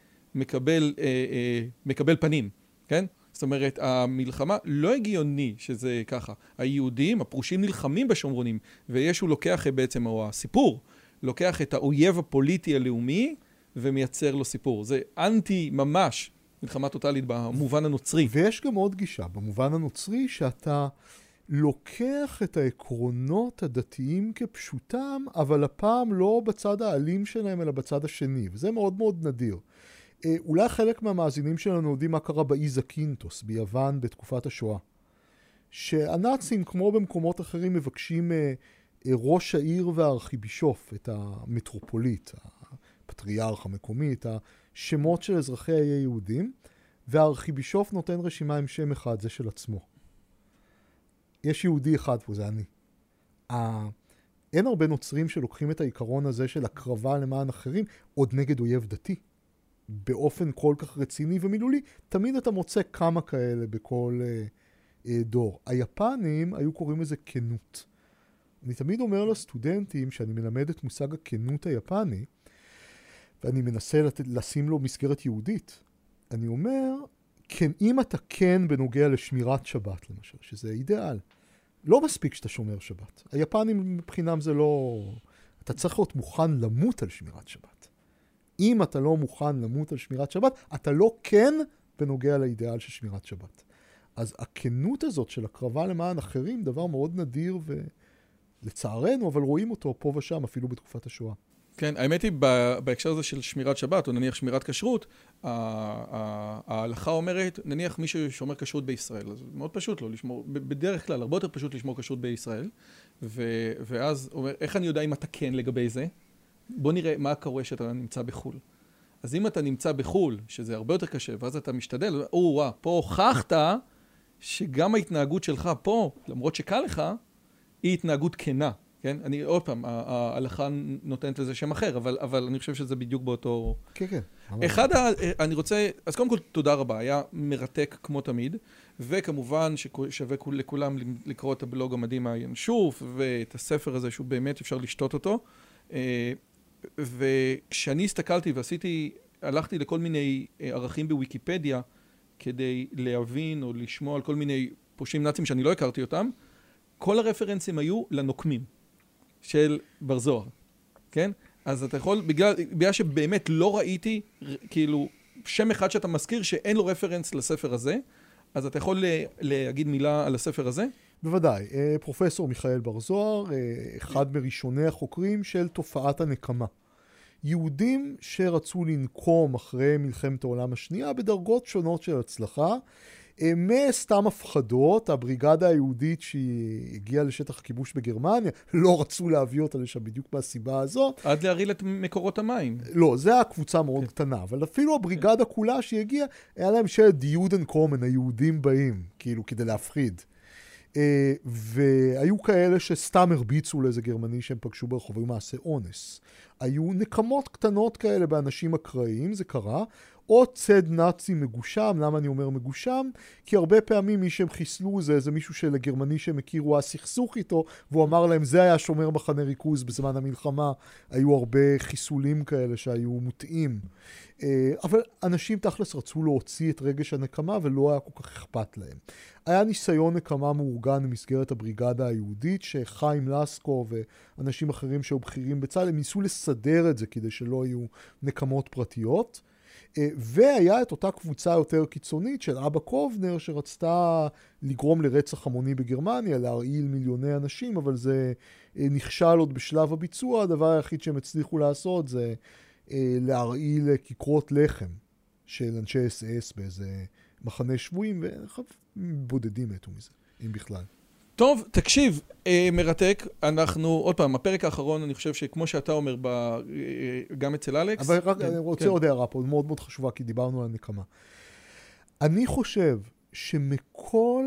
מקבל פנים, כן? זאת אומרת, המלחמה לא הגיוני שזה ככה. היהודים, הפרושים נלחמים בשומרונים, וישו לוקח בעצם, או הסיפור, לוקח את האויב הפוליטי הלאומי, ומייצר לו סיפור. זה אנטי ממש מלחמה טוטלית במובן הנוצרי. ויש גם עוד גישה, במובן הנוצרי, שאתה לוקח את העקרונות הדתיים כפשוטם, אבל הפעם לא בצד האלים שלהם, אלא בצד השני, וזה מאוד מאוד נדיר. אולי חלק מהמאזינים שלנו יודעים מה קרה באי זקינטוס, ביוון, בתקופת השואה. שהנאצים, כמו במקומות אחרים, מבקשים ראש העיר והארכיבישוף, את המטרופוליט, הפטריארך המקומי, את השמות של אזרחי האי יהודים, והארכיבישוף נותן רשימה עם שם אחד, זה של עצמו. יש יהודי אחד פה, זה אני. אין הרבה נוצרים שלוקחים את העיקרון הזה של הקרבה למען אחרים, עוד נגד אויב דתי. באופן כל כך רציני ומילולי, תמיד אתה מוצא כמה כאלה בכל דור. היפנים היו קוראים לזה כנות. אני תמיד אומר לסטודנטים שאני מלמד את מושג הכנות היפני, ואני מנסה לשים לו מסגרת יהודית. אני אומר, כן, אם אתה כן בנוגע לשמירת שבת, למשל, שזה אידיאל, לא מספיק שאתה שומר שבת. היפנים מבחינם זה לא... אתה צריך להיות מוכן למות על שמירת שבת. אם אתה לא מוכן למות על שמירת שבת, אתה לא כן בנוגע לאידאל של שמירת שבת. אז הכנות הזאת של הקרבה למען אחרים, דבר מאוד נדיר ולצערנו, אבל רואים אותו פה ושם, אפילו בתקופת השואה. כן, האמת היא, בהקשר הזה של שמירת שבת, או נניח שמירת כשרות, ההלכה אומרת, נניח מישהו שומר כשרות בישראל, אז מאוד פשוט לו לשמור, בדרך כלל, הרבה יותר פשוט לשמור כשרות בישראל, ואז אומר, איך אני יודע אם אתה כן לגבי זה? בוא נראה מה קורה שאתה נמצא בחול. אז אם אתה נמצא בחול, שזה הרבה יותר קשה, ואז אתה משתדל, פה הוכחת שגם ההתנהגות שלך פה, למרות שקל לך, היא התנהגות כנה. כן? אני עוד פעם, ההלכה נותנת לזה שם אחר, אבל אני חושב שזה בדיוק באותו... כן, כן. אני רוצה, אז קודם כל תודה רבה, היה מרתק כמו תמיד, וכמובן ששווה לכולם לקרוא את הבלוג המדהים הינשוף, ואת הספר הזה שהוא באמת אפשר לשתות אותו, וכשאני הסתכלתי הלכתי לכל מיני ערכים בוויקיפדיה, כדי להבין או לשמוע על כל מיני פושעים נאצים שאני לא הכרתי אותם, כל הרפרנסים היו לנוקמים של בר זוהר, כן? אז אתה יכול, בגלל שבאמת לא ראיתי, כאילו, שם אחד שאתה מזכיר שאין לו רפרנס לספר הזה, אז אתה יכול להגיד מילה על הספר הזה? בוודאי. פרופסור מיכאל בר זוהר, אחד מראשוני החוקרים של תופעת הנקמה. יהודים שרצו לנקום אחרי מלחמת העולם השנייה בדרגות שונות של הצלחה, מסתם הפחדות, הבריגדה היהודית שהיא הגיעה לשטח הכיבוש בגרמניה, לא רצו להביא אותה לשם בדיוק מהסיבה הזאת. עד להרעיל את מקורות המים. לא, זו הקבוצה מאוד קטנה, אבל אפילו הבריגדה כולה שהיא הגיעה, היה להם שלט דיודן קומן, היהודים באים, כאילו כדי להפחיד. והיו כאלה שסתם הרביצו לאיזה גרמני שהם פגשו ברחוב, היו מעשה אונס. היו נקמות קטנות כאלה באנשים אקראיים, זה קרה, או צד נאצי מגושם. למה אני אומר מגושם? כי הרבה פעמים מי שהם חיסלו זה מישהו שלגרמני שהם הכירו היה סכסוך איתו, והוא אמר להם זה היה שומר מחנה ריכוז בזמן המלחמה. היו הרבה חיסולים כאלה שהיו מוטעים. אבל אנשים תכלס רצו להוציא את רגש הנקמה ולא היה כל כך אכפת להם. היה ניסיון נקמה מאורגן במסגרת הבריגדה היהודית, שחיים לסקו ואנשים אחרים שהיו בכירים בצה"ל, הם ניסו לסדר את זה כדי שלא יהיו נקמות פרטיות. והיה את אותה קבוצה יותר קיצונית של אבא קובנר, שרצתה לגרום לרצח המוני בגרמניה, להרעיל מיליוני אנשים, אבל זה נכשל עוד בשלב הביצוע. הדבר היחיד שהם הצליחו לעשות זה להרעיל כיכרות לחם של אנשי אס-אס באיזה מחנה שבויים, ובודדים מתו מזה, אם בכלל. טוב, תקשיב, מרתק. אנחנו, עוד פעם, הפרק האחרון, אני חושב שכמו שאתה אומר, גם אצל אלכס. אבל רק, אני רוצה עוד הערה פה, מאוד מאוד חשובה, כי דיברנו על הנקמה. אני חושב שמכל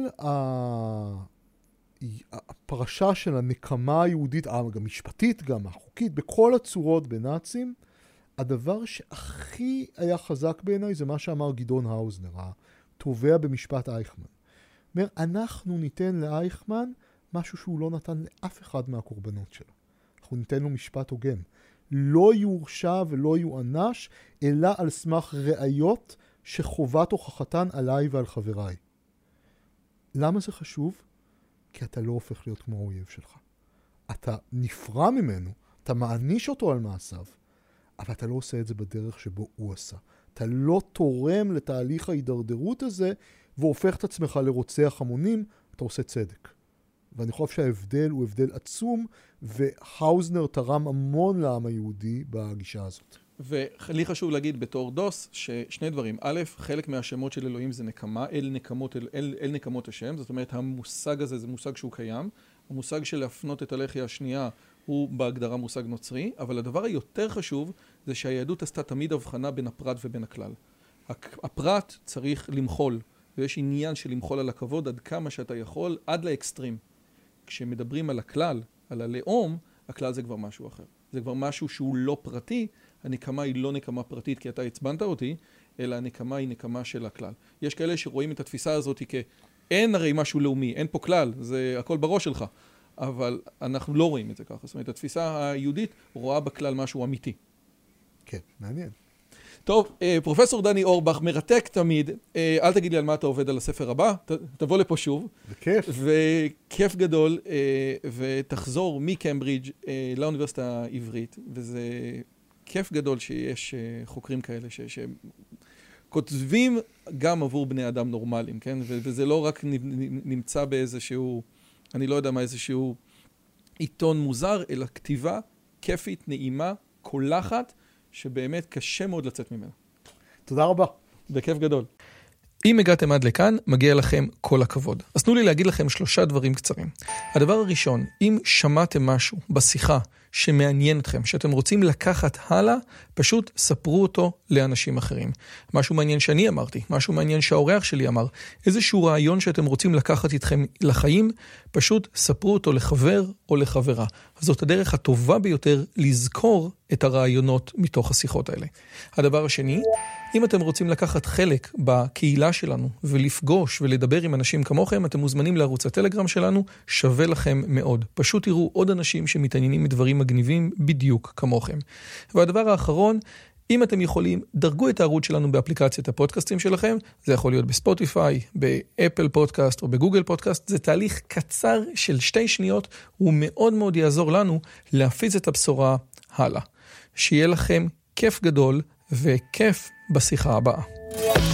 הפרשה של הנקמה היהודית, גם משפטית, גם החוקית, בכל הצורות בנאצים, הדבר שהכי היה חזק בעיניי זה מה שאמר גדעון האוזנר, התובע במשפט אייכמן. אומר, אנחנו ניתן לאייכמן משהו שהוא לא נתן לאף אחד מהקורבנות שלו. אנחנו ניתן לו משפט הוגן. לא יורשע ולא יוענש, אלא על סמך ראיות שחובת הוכחתן עליי ועל חבריי. למה זה חשוב? כי אתה לא הופך להיות כמו האויב שלך. אתה נפרע ממנו, אתה מעניש אותו על מעשיו, אבל אתה לא עושה את זה בדרך שבו הוא עשה. אתה לא תורם לתהליך ההידרדרות הזה, והופך את עצמך לרוצח המונים, אתה עושה צדק. ואני חושב שההבדל הוא הבדל עצום, והאוזנר תרם המון לעם היהודי בגישה הזאת. ולי חשוב להגיד בתור דוס, ששני דברים. א', חלק מהשמות של אלוהים זה נקמה, אל נקמות השם, זאת אומרת, המושג הזה זה מושג שהוא קיים. המושג של להפנות את הלחי השנייה הוא בהגדרה מושג נוצרי, אבל הדבר היותר חשוב זה שהיהדות עשתה תמיד הבחנה בין הפרט ובין הכלל. הפרט צריך למחול, ויש עניין של למחול על הכבוד עד כמה שאתה יכול, עד לאקסטרים. כשמדברים על הכלל, על הלאום, הכלל זה כבר משהו אחר. זה כבר משהו שהוא לא פרטי, הנקמה היא לא נקמה פרטית כי אתה הצבנת אותי, אלא הנקמה היא נקמה של הכלל. יש כאלה שרואים את התפיסה הזאת אין הרי משהו לאומי, אין פה כלל, זה הכל בראש שלך. אבל אנחנו לא רואים את זה ככה. זאת אומרת, התפיסה היהודית רואה בכלל משהו אמיתי. כן, מעניין. טוב, פרופסור דני אורבך, מרתק תמיד. אל תגיד לי על מה אתה עובד על הספר הבא, תבוא לפה שוב. בכיף. וכיף גדול, ותחזור מקמברידג' לאוניברסיטה העברית, וזה כיף גדול שיש חוקרים כאלה שכותבים גם עבור בני אדם נורמליים, כן? וזה לא רק נמצא באיזשהו, אני לא יודע מה, איזשהו עיתון מוזר, אלא כתיבה כיפית, נעימה, קולחת, שבאמת קשה מאוד לצאת ממנה. תודה רבה. בכיף גדול. אם הגעתם עד לכאן, מגיע לכם כל הכבוד. אז תנו לי להגיד לכם 3 דברים קצרים. הדבר הראשון, אם שמעתם משהו בשיחה שמעניין אתכם, שאתם רוצים לקחת הלאה, פשוט ספרו אותו לאנשים אחרים. משהו מעניין שאני אמרתי, משהו מעניין שהאורח שלי אמר, איזשהו רעיון שאתם רוצים לקחת איתכם לחיים, פשוט ספרו אותו לחבר או לחברה. אז זאת הדרך הטובה ביותר לזכור את הרעיונות מתוך השיחות האלה. הדבר השני, אם אתם רוצים לקחת חלק בקהילה שלנו ולפגוש ולדבר עם אנשים כמוכם, אתם מוזמנים לערוץ הטלגרם שלנו, שווה לכם מאוד. פשוט תראו עוד אנשים שמתעניינים מדברים מגניבים בדיוק כמוכם. והדבר האחרון, אם אתם יכולים, דרגו את הערוץ שלנו באפליקציית הפודקאסטים שלכם, זה יכול להיות בספוטיפיי, באפל פודקאסט או בגוגל פודקאסט, זה תהליך קצר של 2 שניות, הוא מאוד מאוד יעזור לנו להפיץ את הבשורה הלאה. שיהיה לכם כיף גדול וכיף בשיחה הבאה.